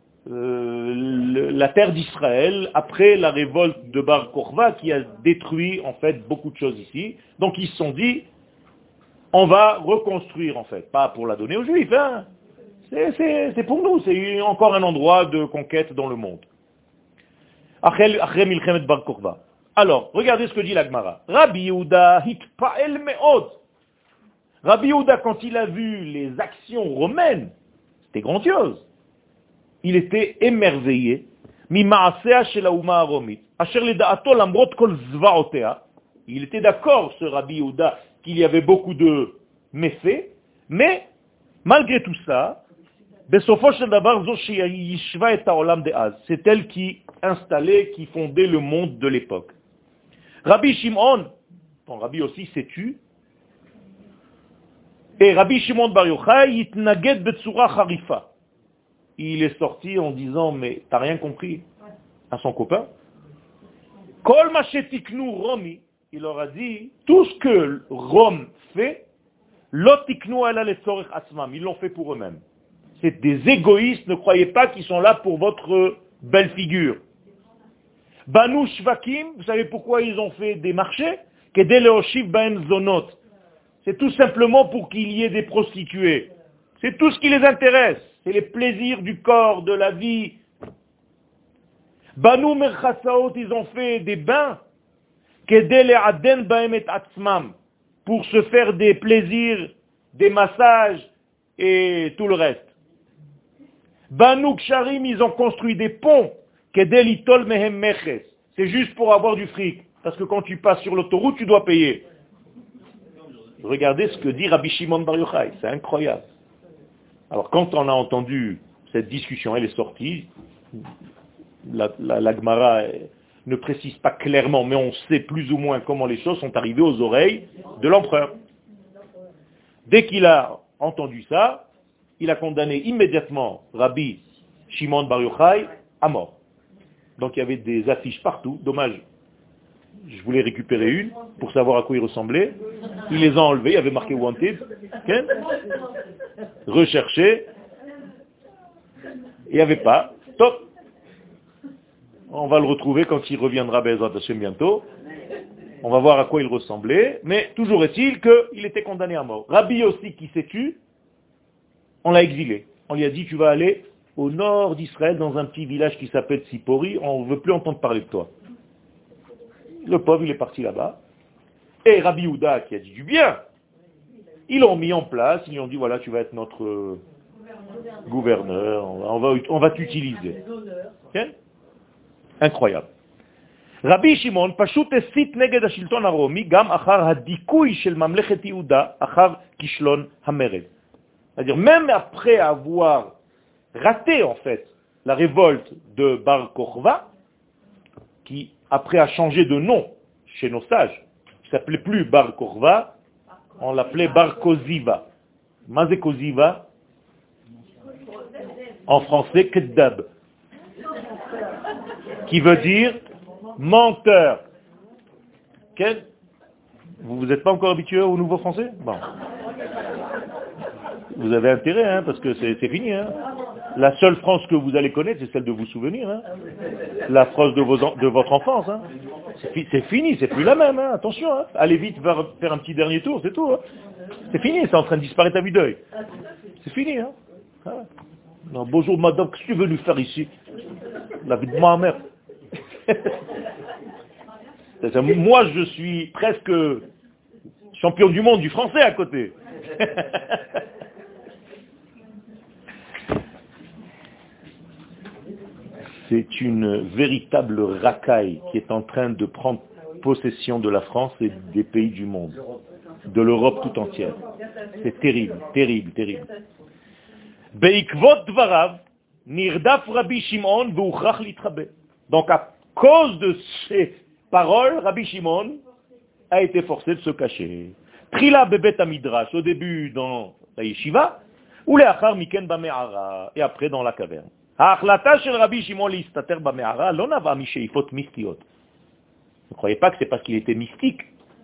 la terre d'Israël après la révolte de Bar Kokhba qui a détruit en fait beaucoup de choses ici. Donc ils se sont dit, on va reconstruire en fait, pas pour la donner aux Juifs, hein. C'est pour nous, c'est encore un endroit de conquête dans le monde. Après Milchemet Bar Kokhba. Alors, regardez ce que dit la Gemara. Rabbi Yehuda hitpa'el me'od. Rabbi Yehuda, quand il a vu les actions romaines, c'était grandiose. Il était émerveillé. Mima'asea shel ha'uma aromit. Asher leda'ato lamrot kol zva'otea. Il était d'accord, ce Rabbi Yehuda, qu'il y avait beaucoup de méfaits, mais malgré tout ça, C'est elle qui installait, qui fondait le monde de l'époque. Rabbi Shimon, ton Rabbi aussi s'est tu, et Rabbi Shimon Bar Yochai yitnaged betsura charifa. Il est sorti en disant, mais t'as rien compris, à son copain. Kol ma shetiknu Romi, il leur a dit, tout ce que Rome fait, lo tiknu ala letzorech atzmam, ils l'ont fait pour eux-mêmes. C'est des égoïstes, ne croyez pas qu'ils sont là pour votre belle figure. Banu Shvakim, vous savez pourquoi ils ont fait des marchés? Kedei leoshiv bahem zonot. C'est tout simplement pour qu'il y ait des prostituées. C'est tout ce qui les intéresse. C'est les plaisirs du corps, de la vie. Banu Merchasaot, ils ont fait des bains. Kedei le'aden bahem et atzmam. Pour se faire des plaisirs, des massages et tout le reste. Banu Ksharim, ils ont construit des ponts. Kedei litol mehem meches. C'est juste pour avoir du fric. Parce que quand tu passes sur l'autoroute, tu dois payer. Regardez ce que dit Rabbi Shimon Bar Yochai. C'est incroyable. Alors quand on a entendu cette discussion, elle est sortie. La Gemara ne précise pas clairement, mais on sait plus ou moins comment les choses sont arrivées aux oreilles de l'empereur. Dès qu'il a entendu ça, il a condamné immédiatement Rabbi Shimon Bar Yochai à mort. Donc il y avait des affiches partout. Dommage. Je voulais récupérer une pour savoir à quoi il ressemblait. Il les a enlevés, il y avait marqué Wanted. Okay? Recherché. Il n'y avait pas. Top. On va le retrouver quand il reviendra Be'ezrat Hashem bientôt. On va voir à quoi il ressemblait. Mais toujours est-il qu'il était condamné à mort. Rabbi aussi qui s'est tué, on l'a exilé. On lui a dit, tu vas aller au nord d'Israël dans un petit village qui s'appelle Tzipori. On ne veut plus entendre parler de toi. Le pauvre, il est parti là-bas. Et Rabbi Yehuda, qui a dit du bien, ils l'ont mis en place, ils lui ont dit, voilà, tu vas être notre gouverneur, on va t'utiliser. Okay? Incroyable. Rabbi Shimon, pashut esit neged hashilton haromi, gam achar hadikui shel mamlechet Yehuda, achar kishlon hamered. C'est-à-dire, même après avoir raté, en fait, la révolte de Bar Kokhba, qui après a changé de nom chez nos sages, il ne s'appelait plus Bar Kokhba, on l'appelait Bar Koziva. Mazé Koziva, en français, Keddab, qui veut dire menteur. Quel? Vous n'êtes pas encore habitué au nouveau français? Bon. Vous avez intérêt, hein, parce que c'est fini. Hein. La seule France que vous allez connaître, c'est celle de vos souvenirs. Hein. La France de votre enfance. Hein. C'est fini, c'est plus la même. Hein. Attention, hein. Allez vite faire un petit dernier tour, c'est tout. Hein. C'est fini, c'est en train de disparaître à vue d'œil. C'est fini. Hein. Ah. Non, bonjour madame, qu'est-ce que tu veux nous faire ici? La vie de ma mère. Moi, je suis presque champion du monde du français à côté. C'est une véritable racaille qui est en train de prendre possession de la France et des pays du monde, de l'Europe tout entière. C'est terrible, terrible, terrible. Beikvot dvarav, nirdaf Rabbi Shimon v'uchrach litchabe. Donc à cause de ces paroles, Rabbi Shimon a été forcé de se cacher. Trila bebet amidrash, au début dans la yeshiva, ou leachar miken bame'ara, et après dans la caverne. ההחלטה של רבי שמעון להסתתר במערה לא נבעה משאיפות מיסטיות. Ne croyez pas que c'est parce qu'il était mystique,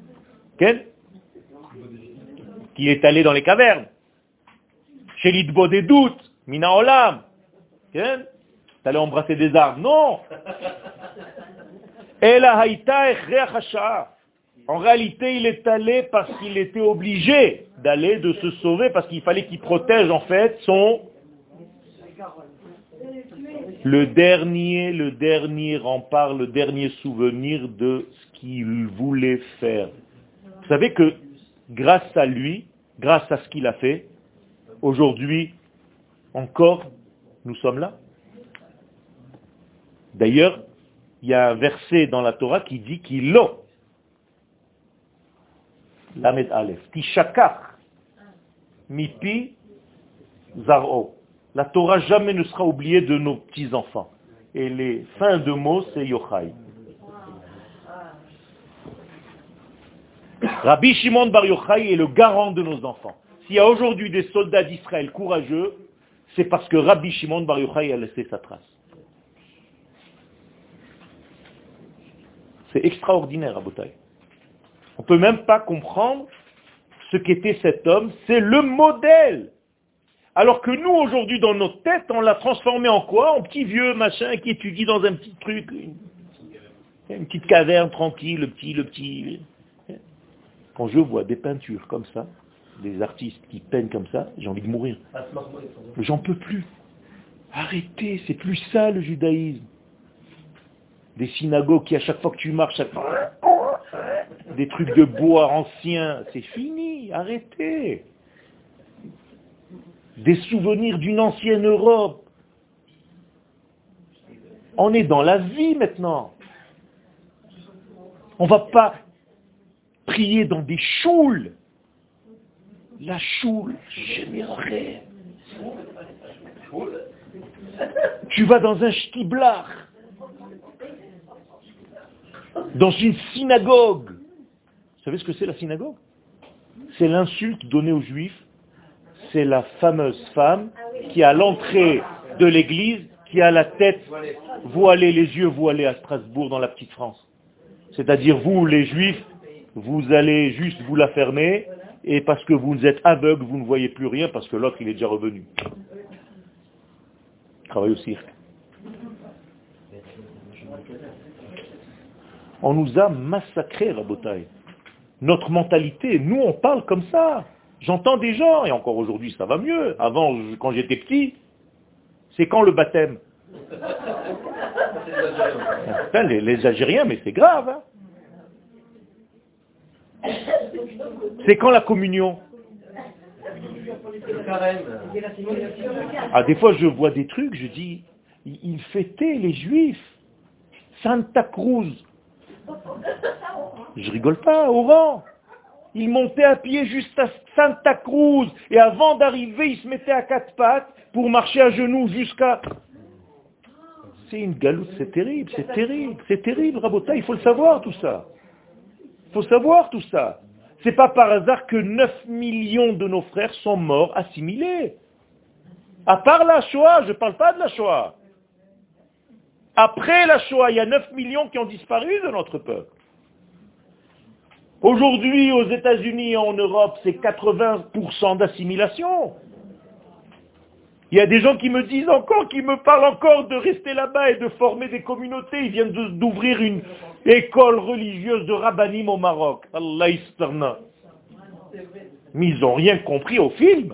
qu'il est allé dans les cavernes. Chez l'idbodedut, mina olam, t'allais embrasser des arbres. Non. Ela haïta echreach hasha'a. En réalité, il est allé parce qu'il était obligé d'aller, de se sauver, parce qu'il fallait qu'il protège en fait le dernier rempart, le dernier souvenir de ce qu'il voulait faire. Vous savez que grâce à lui, grâce à ce qu'il a fait, aujourd'hui, encore, nous sommes là. D'ailleurs, il y a un verset dans la Torah qui dit qu'il lo, Lamed Aleph, Tishakach, Mipi, Zaro. La Torah jamais ne sera oubliée de nos petits-enfants. Et les fins de mots, c'est Yochai. Rabbi Shimon Bar Yochai est le garant de nos enfants. S'il y a aujourd'hui des soldats d'Israël courageux, c'est parce que Rabbi Shimon Bar Yochai a laissé sa trace. C'est extraordinaire, Rabotai. On ne peut même pas comprendre ce qu'était cet homme. C'est le modèle. Alors que nous, aujourd'hui, dans notre tête, on l'a transformé en quoi? En petit vieux machin qui étudie dans un petit truc, une petite caverne tranquille, le petit. Quand je vois des peintures comme ça, des artistes qui peignent comme ça, j'ai envie de mourir. J'en peux plus. Arrêtez, c'est plus ça le judaïsme. Des synagogues qui, à chaque fois que tu marches, des trucs de bois anciens, c'est fini, arrêtez. Des souvenirs d'une ancienne Europe. On est dans la vie maintenant. On ne va pas prier dans des choules. La choule, j'aimerais. Tu vas dans un shtiblar, dans une synagogue. Vous savez ce que c'est la synagogue? C'est l'insulte donnée aux juifs. C'est la fameuse femme qui, à l'entrée de l'église, qui a la tête voilée, les yeux voilés à Strasbourg, dans la petite France. C'est-à-dire, vous, les juifs, vous allez juste vous la fermer, et parce que vous êtes aveugles, vous ne voyez plus rien, parce que l'autre, il est déjà revenu. Il travaille au cirque. On nous a massacrés, Rabotai. Notre mentalité, nous, on parle comme ça. J'entends des gens, et encore aujourd'hui ça va mieux. Avant, quand j'étais petit, c'est quand le baptême? Les Algériens, mais c'est grave. Hein, c'est quand la communion? Ah, des fois je vois des trucs, je dis, ils fêtaient les Juifs. Santa Cruz. Je rigole pas, au vent. Il montait à pied jusqu'à Santa Cruz. Et avant d'arriver, il se mettait à quatre pattes pour marcher à genoux jusqu'à... C'est une galoute, c'est terrible, c'est terrible, Rabota, il faut le savoir tout ça. Il faut savoir tout ça. C'est pas par hasard que 9 millions de nos frères sont morts assimilés. À part la Shoah, je ne parle pas de la Shoah. Après la Shoah, il y a 9 millions qui ont disparu de notre peuple. Aujourd'hui, aux États-Unis et en Europe, c'est 80% d'assimilation. Il y a des gens qui me disent encore, qui me parlent encore de rester là-bas et de former des communautés. Ils viennent d'ouvrir une école religieuse de rabbinim au Maroc. Allah istarna. Mais ils n'ont rien compris au film.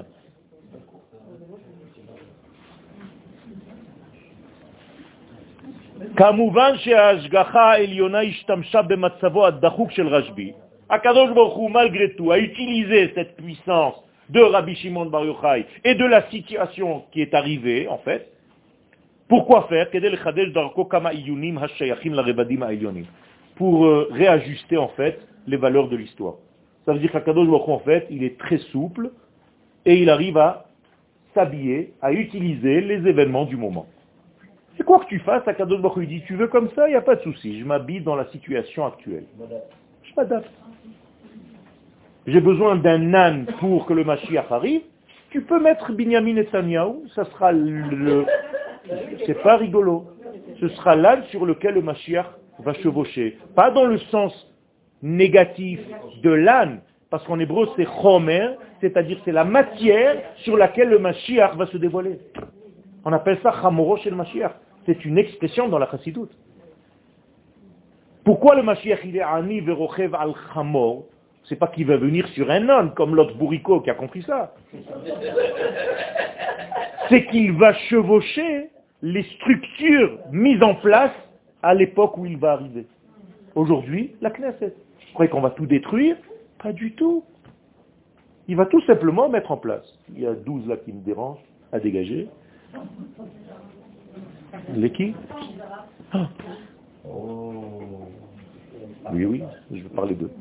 כמובן שההשגחה העליונה השתמשה במצבו הדחוק של רשב"י. Akadosh Baruch Hu, malgré tout, a utilisé cette puissance de Rabbi Shimon Bar Yochai et de la situation qui est arrivée, en fait. Pourquoi faire? Pour réajuster, en fait, les valeurs de l'histoire. Ça veut dire qu'Akadosh Baruch Hu, en fait, il est très souple et il arrive à s'habiller, à utiliser les événements du moment. C'est quoi que tu fasses, Akadosh Baruch Hu, il dit, tu veux comme ça, il n'y a pas de souci, je m'habille dans la situation actuelle. Je m'adapte. J'ai besoin d'un âne pour que le Mashiach arrive. Tu peux mettre Binyamin Netanyahu, ça sera c'est pas rigolo. Ce sera l'âne sur lequel le Mashiach va chevaucher. Pas dans le sens négatif de l'âne, parce qu'en hébreu c'est chomer, c'est-à-dire c'est la matière sur laquelle le Mashiach va se dévoiler. On appelle ça chamoro chez le Mashiach. C'est une expression dans la chassidoute. Pourquoi le Mashiach il est ani verochev al chamor? C'est pas qu'il va venir sur un âne, comme l'autre bourricot qui a compris ça. C'est qu'il va chevaucher les structures mises en place à l'époque où il va arriver. Aujourd'hui, la Knesset. Vous croyez qu'on va tout détruire? Pas du tout. Il va tout simplement mettre en place. Il y a 12 là qui me dérangent à dégager. Les qui? Oui, je vais parler d'eux.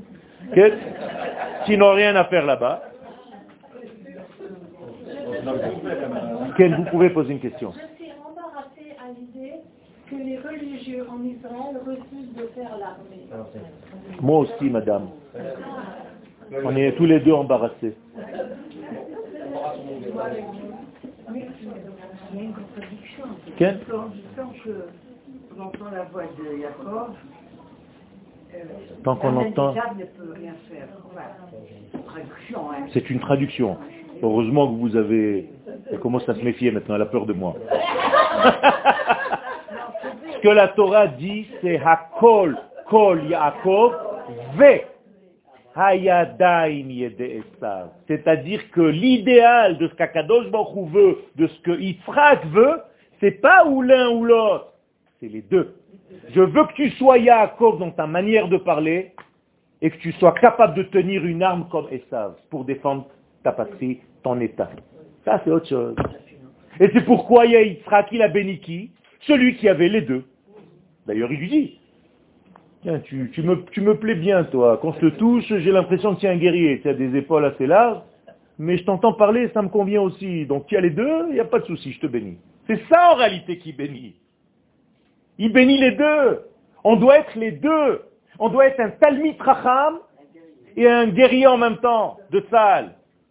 Qui n'ont rien à faire là-bas. Ken, vous pouvez poser une question. Je suis embarrassée à l'idée que les religieux en Israël refusent de faire l'armée. Moi aussi, madame. On est tous les deux embarrassés. Il y a une contradiction. Ken? Tant qu'on entend la voix de Jacob, Tant qu'on entend... ne peut rien faire. Voilà. C'est une traduction. Hein. C'est une traduction. Heureusement que vous avez... Elle commence à se méfier maintenant, elle a peur de moi. Ce que la Torah dit, c'est Hakol, Kol Yaakov, Ve Hayadaim Yede Esav. C'est-à-dire que l'idéal de ce qu'Akadosh Baruch Hu veut, de ce que Yitzhak veut, c'est pas ou l'un ou l'autre, c'est les deux. Je veux que tu sois Yaakov dans ta manière de parler et que tu sois capable de tenir une arme comme Esav pour défendre ta patrie, ton état. Ça, c'est autre chose. Et c'est pourquoi Yitzhak, il a béni qui? Celui qui avait les deux. D'ailleurs, il lui dit, tiens, tu me plais bien, toi. Quand je te touche, j'ai l'impression que tu es un guerrier. Tu as des épaules assez larges, mais je t'entends parler, ça me convient aussi. Donc, tu as les deux, il n'y a pas de souci, je te bénis. C'est ça, en réalité, qui bénit. Il bénit les deux. On doit être les deux. On doit être un Talmid Racham et un guerrier en même temps, de Tzahal.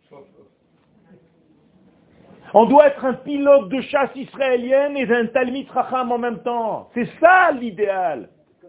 On doit être un pilote de chasse israélienne et un Talmid Racham en même temps. C'est ça l'idéal.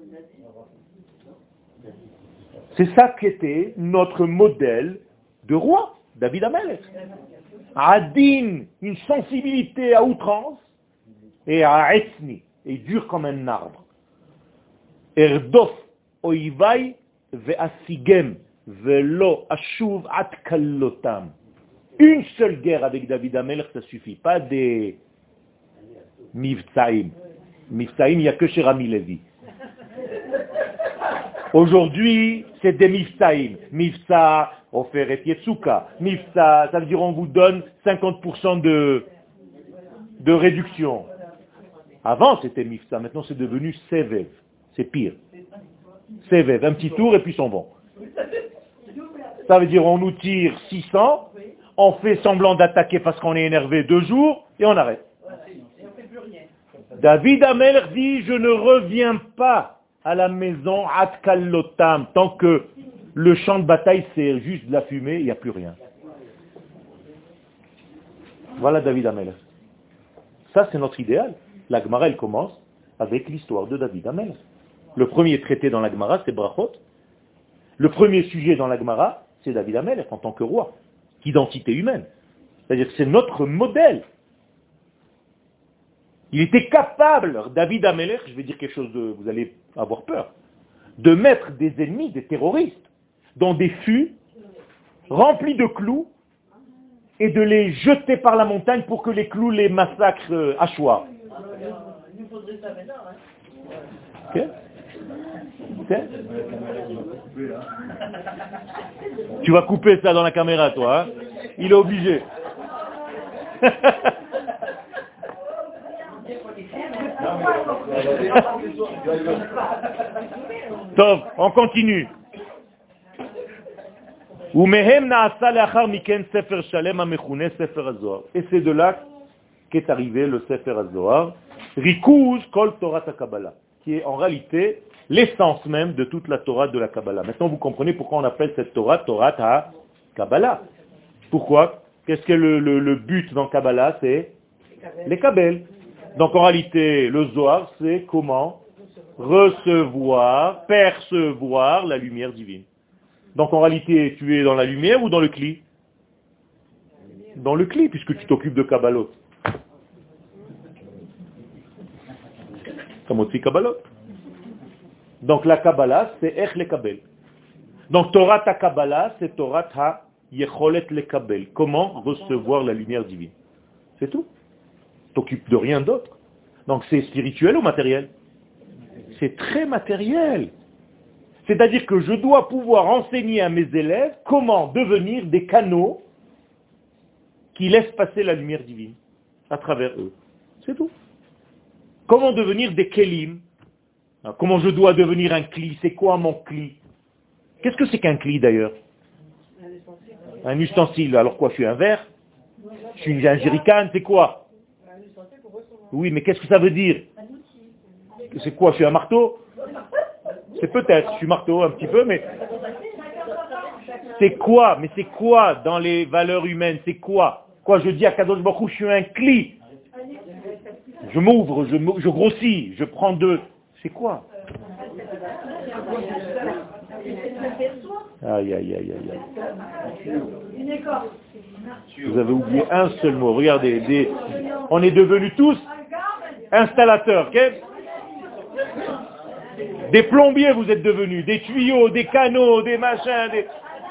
C'est ça qu'était notre modèle de roi, David Amelech. Adin, une sensibilité à outrance, et à Etzni, et dur comme un arbre. Erdof oivai ve'asigem ve'lo ashuv at kallotam. Une seule guerre avec David Amelech, ça suffit. Pas des Mivtsaïm. Mivtsaïm, il n'y a que chez Rami Levi. Aujourd'hui, c'est des Mivtsaïm. Mivtsa, Oferet Yetsuka. Mivtsa, ça veut dire on vous donne 50% de réduction. Avant, c'était Mivtsa. Maintenant, c'est devenu Sevev. C'est pire. Sevev, un petit tour et puis ils s'en vont. Ça veut dire on nous tire 600, on fait semblant d'attaquer parce qu'on est énervé 2 jours et on arrête. David Amelech dit, je ne reviens pas à la maison ad kallotam, tant que le champ de bataille c'est juste de la fumée, il n'y a plus rien. Voilà David Amelech. Ça c'est notre idéal. La Gemara elle commence avec l'histoire de David Amelech. Le premier traité dans la Gemara c'est Brachot. Le premier sujet dans la Gemara c'est David Amelech en tant que roi. Identité humaine. C'est-à-dire que c'est notre modèle. Il était capable, David Amelech, je vais dire quelque chose de, vous allez avoir peur, de mettre des ennemis, des terroristes, dans des fûts remplis de clous et de les jeter par la montagne pour que les clous les massacrent à choix. Il nous faudrait ça maintenant. Ok? Ok? Tu vas couper ça dans la caméra, toi. Hein? Il est obligé. Top, on continue. Et c'est de là qu'est arrivé le Sefer HaZohar, Rikuz Kol Torah HaKabbalah, qui est en réalité l'essence même de toute la Torah de la Kabbalah. Maintenant, vous comprenez pourquoi on appelle cette Torah Torah HaKabbalah. Pourquoi? Qu'est-ce que le but dans Kabbalah? C'est les Kabbel. Donc en réalité, le Zohar, c'est comment recevoir, percevoir la lumière divine. Donc en réalité, tu es dans la lumière ou dans le cli? Dans le cli, puisque tu t'occupes de Kabbalot. Kamotzi Kabbalot. Donc la Kabbalah, c'est Ech le Kabel. Donc Torah ta Kabbalah, c'est Torah ta Yecholet le Kabel. Comment recevoir la lumière divine. C'est tout. Tu t'occupes de rien d'autre. Donc c'est spirituel ou matériel? C'est très matériel. C'est-à-dire que je dois pouvoir enseigner à mes élèves comment devenir des canaux qui laissent passer la lumière divine à travers eux. C'est tout. Comment devenir des kelim? Comment je dois devenir un cli? C'est quoi mon cli? Qu'est-ce que c'est qu'un cli d'ailleurs? Un ustensile. Alors quoi, je suis un verre? Je suis un jerrycan, c'est quoi? Oui, mais qu'est-ce que ça veut dire? C'est quoi? Je suis un marteau? C'est peut-être, je suis marteau un petit peu, mais c'est quoi? Mais c'est quoi dans les valeurs humaines? C'est quoi? Quoi, je dis à Kadosh Baruch Hu, je suis un cli. Je m'ouvre, je grossis, je prends deux. C'est quoi? Aïe, aïe, aïe, aïe, aïe. Vous avez oublié un seul mot. Regardez, on est devenus tous installateurs, ok? Des plombiers vous êtes devenus, des tuyaux, des canaux, des machins, des...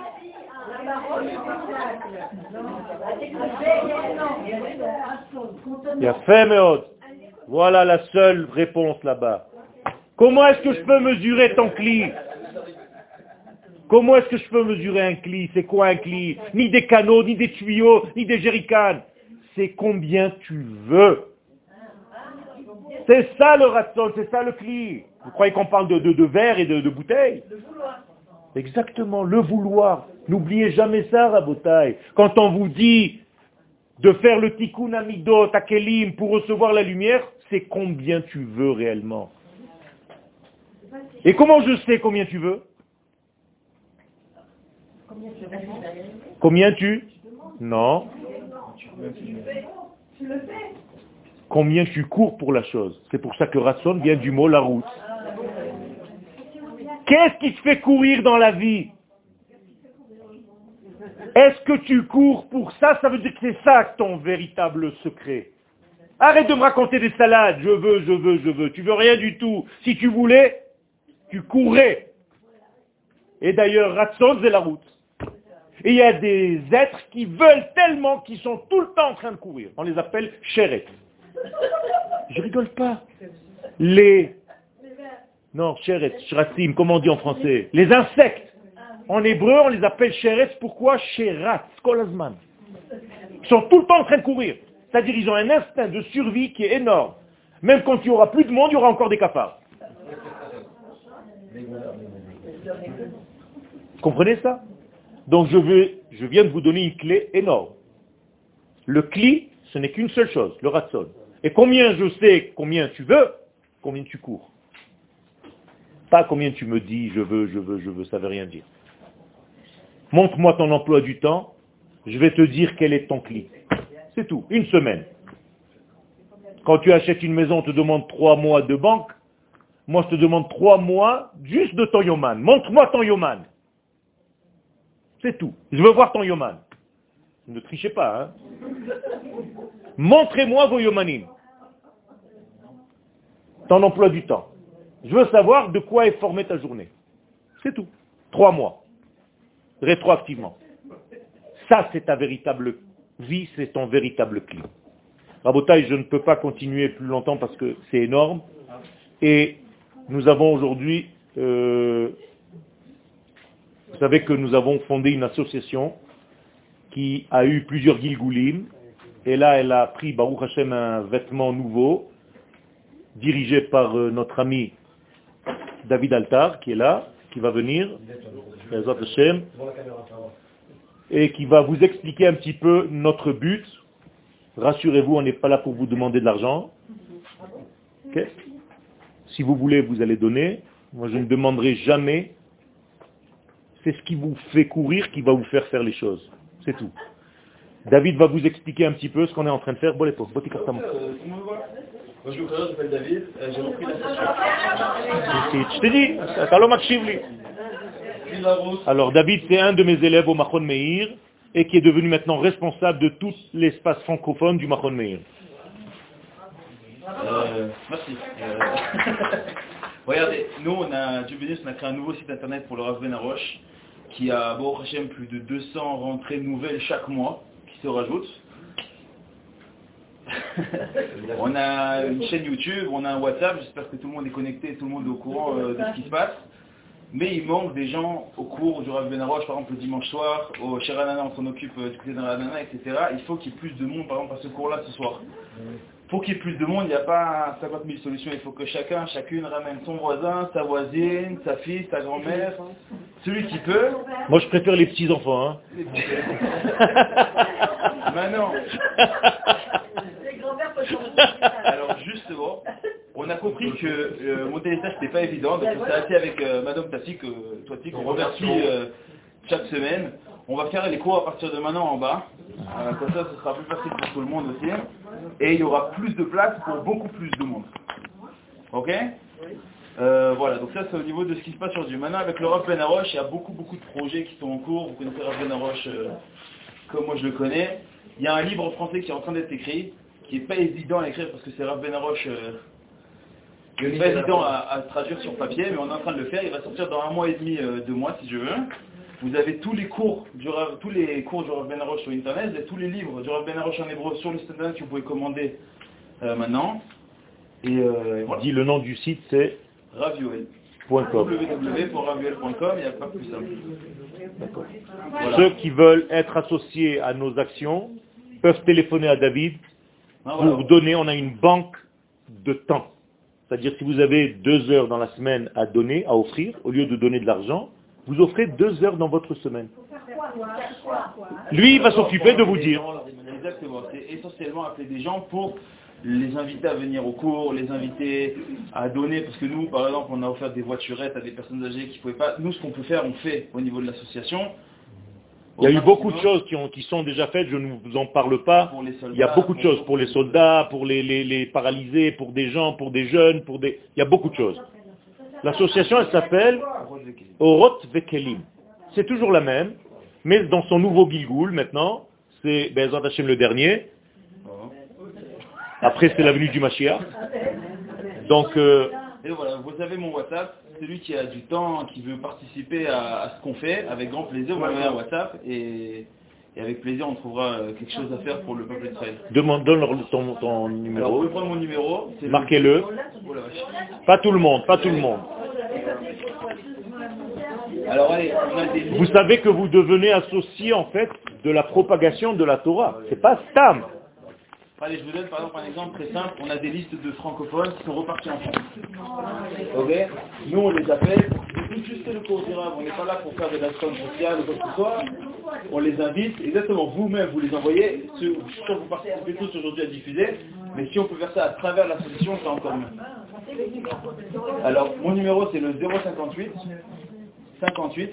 Il y a fait, voilà la seule réponse là-bas. Comment est-ce que je peux mesurer ton cli? Comment est-ce que je peux mesurer un cli? C'est quoi un cli? Ni des canaux, ni des tuyaux, ni des jerrycans. C'est combien tu veux. C'est ça le ratson, c'est ça le cli. Vous croyez qu'on parle de verre et de bouteilles? Exactement, le vouloir. N'oubliez jamais ça, Rabotai. Quand on vous dit de faire le tikkun amidot, akelim, pour recevoir la lumière, c'est combien tu veux réellement. Et comment je sais combien tu veux? Combien tu? Non. Combien tu cours pour la chose. C'est pour ça que Ratson vient du mot la route. Qu'est-ce qui te fait courir dans la vie? Est-ce que tu cours pour ça? Ça veut dire que c'est ça ton véritable secret. Arrête de me raconter des salades. Je veux. Tu veux rien du tout. Si tu voulais, tu courais. Et d'ailleurs, Ratson, c'est la route. Et il y a des êtres qui veulent tellement qu'ils sont tout le temps en train de courir. On les appelle Sheret. Je rigole pas. Non, Sheret, Shratim, comment on dit en français? Les insectes. En hébreu, on les appelle Sheret. Pourquoi? Sherat, Skolazman. Ils sont tout le temps en train de courir. C'est-à-dire ils ont un instinct de survie qui est énorme. Même quand il n'y aura plus de monde, il y aura encore des cafards. Vous comprenez ça? Donc je viens de vous donner une clé énorme. Le cli, ce n'est qu'une seule chose, le ratson. Et combien je sais combien tu veux, combien tu cours. Pas combien tu me dis je veux, ça ne veut rien dire. Montre-moi ton emploi du temps, je vais te dire quel est ton cli. C'est tout, une semaine. Quand tu achètes une maison, on te demande 3 mois de banque. Moi, je te demande 3 mois juste de ton yoman. Montre-moi ton yoman. C'est tout. Je veux voir ton yoman. Ne trichez pas, hein. Montrez-moi vos yomanim. Ton emploi du temps. Je veux savoir de quoi est formée ta journée. C'est tout. 3 mois. Rétroactivement. Ça, c'est ta véritable vie, c'est ton véritable cli. Rabotaï, je ne peux pas continuer plus longtemps parce que c'est énorme. Et nous avons aujourd'hui... Vous savez que nous avons fondé une association qui a eu plusieurs Gilgoulim. Et là, elle a pris, Baruch Hashem, un vêtement nouveau, dirigé par notre ami David Altar, qui est là, qui va venir, Bezrat Hashem, et qui va vous expliquer un petit peu notre but. Rassurez-vous, on n'est pas là pour vous demander de l'argent. Okay? Si vous voulez, vous allez donner. Moi, je ne demanderai jamais. C'est ce qui vous fait courir qui va vous faire faire les choses. C'est tout. David va vous expliquer un petit peu ce qu'on est en train de faire. Bon, les pauvres, Bonjour, je m'appelle David. J'ai repris la je te dis, t'as makshivli. Alors, David, c'est un de mes élèves au Machon Meir et qui est devenu maintenant responsable de tout l'espace francophone du Machon Meir. Merci. Regardez, nous, on a créé un nouveau site internet pour le Rav Ben Arosh qui a, Baruch Hashem, plus de 200 rentrées nouvelles chaque mois qui se rajoutent. On a une chaîne YouTube, on a un WhatsApp, j'espère que tout le monde est connecté, tout le monde est au courant de ce qui se passe. Mais il manque des gens au cours du Rav Ben Arosh, par exemple le dimanche soir, au Sheranana, on s'en occupe du côté d'un Ranana, etc. Il faut qu'il y ait plus de monde, par exemple, à ce cours-là ce soir. Pour qu'il y ait plus de monde, il n'y a pas 50 000 solutions. Il faut que chacune ramène son voisin, sa voisine, sa fille, sa grand-mère, celui qui peut. Moi, je préfère les petits-enfants. Hein. Maintenant. Alors, On a compris que monter les tâches n'était pas évident, donc on s'est assis avec Madame Tassi, qu'on remercie chaque semaine. On va faire les cours à partir de maintenant en bas, comme ça ce sera plus facile pour tout le monde aussi, et il y aura plus de place pour beaucoup plus de monde. Ok? Voilà, donc ça c'est au niveau de ce qui se passe aujourd'hui. Maintenant avec le Rav Ben Arosh, il y a beaucoup de projets qui sont en cours. Vous connaissez Rav Ben Arosh comme moi je le connais. Il y a un livre en français qui est en train d'être écrit, qui n'est pas évident à écrire parce que c'est Rav Ben Arosh, qui n'est pas évident à traduire sur papier, mais on est en train de le faire. Il va sortir dans 1 mois et demi, 2 mois si je veux. Vous avez tous les cours du Rav Ben Arosh sur internet, vous avez tous les livres du Rav Ben Arosh en hébreu sur le site internet que vous pouvez commander maintenant. Et voilà. Dis le nom du site, c'est Ravyoel.com. www.ravyoel.com, il n'y a pas plus simple. Voilà. Ceux qui veulent être associés à nos actions peuvent téléphoner à David pour donner. On a une banque de temps. C'est-à-dire si vous avez 2 heures dans la semaine à donner, à offrir, au lieu de donner de l'argent, vous offrez 2 heures dans votre semaine. Lui, il va s'occuper de vous dire. Exactement. C'est essentiellement appeler des gens pour les inviter à venir au cours, les inviter à donner, parce que nous, par exemple, on a offert des voiturettes à des personnes âgées qui ne pouvaient pas. Nous, ce qu'on peut faire, on fait au niveau de l'association. Il y a eu beaucoup de choses qui sont déjà faites, je ne vous en parle pas. Il y a beaucoup de choses pour les soldats, pour les paralysés, pour des gens, pour des jeunes, il y a beaucoup de choses. L'association, elle s'appelle Orot Vekelim. C'est toujours la même, mais dans son nouveau Gilgoul, maintenant, c'est Be'ezrat Hashem le dernier. Après, c'est la venue du Mashiach. Donc, et voilà, vous avez mon WhatsApp. Celui qui a du temps, qui veut participer à ce qu'on fait, avec grand plaisir, vous m'envoyez un WhatsApp et avec plaisir, on trouvera quelque chose à faire pour le peuple d'Israël. Donne-leur ton numéro. Alors, vous pouvez prendre mon numéro. Marquez-le. Pas tout le monde. Alors, allez, on a des... Vous savez que vous devenez associé, en fait, de la propagation de la Torah. C'est pas Stam. Allez, je vous donne par exemple un exemple très simple. On a des listes de francophones qui sont repartis en France. Ok? Nous, on les appelle. C'est juste le cours du Rav. On n'est pas là pour faire de l'action sociale ou quoi que ce soit. On les invite. Exactement. Vous-même, vous les envoyez. Je suis sûr que vous participez tous aujourd'hui à diffuser. Mais si on peut faire ça à travers l'association, c'est encore mieux. Alors, mon numéro, c'est le 058 58.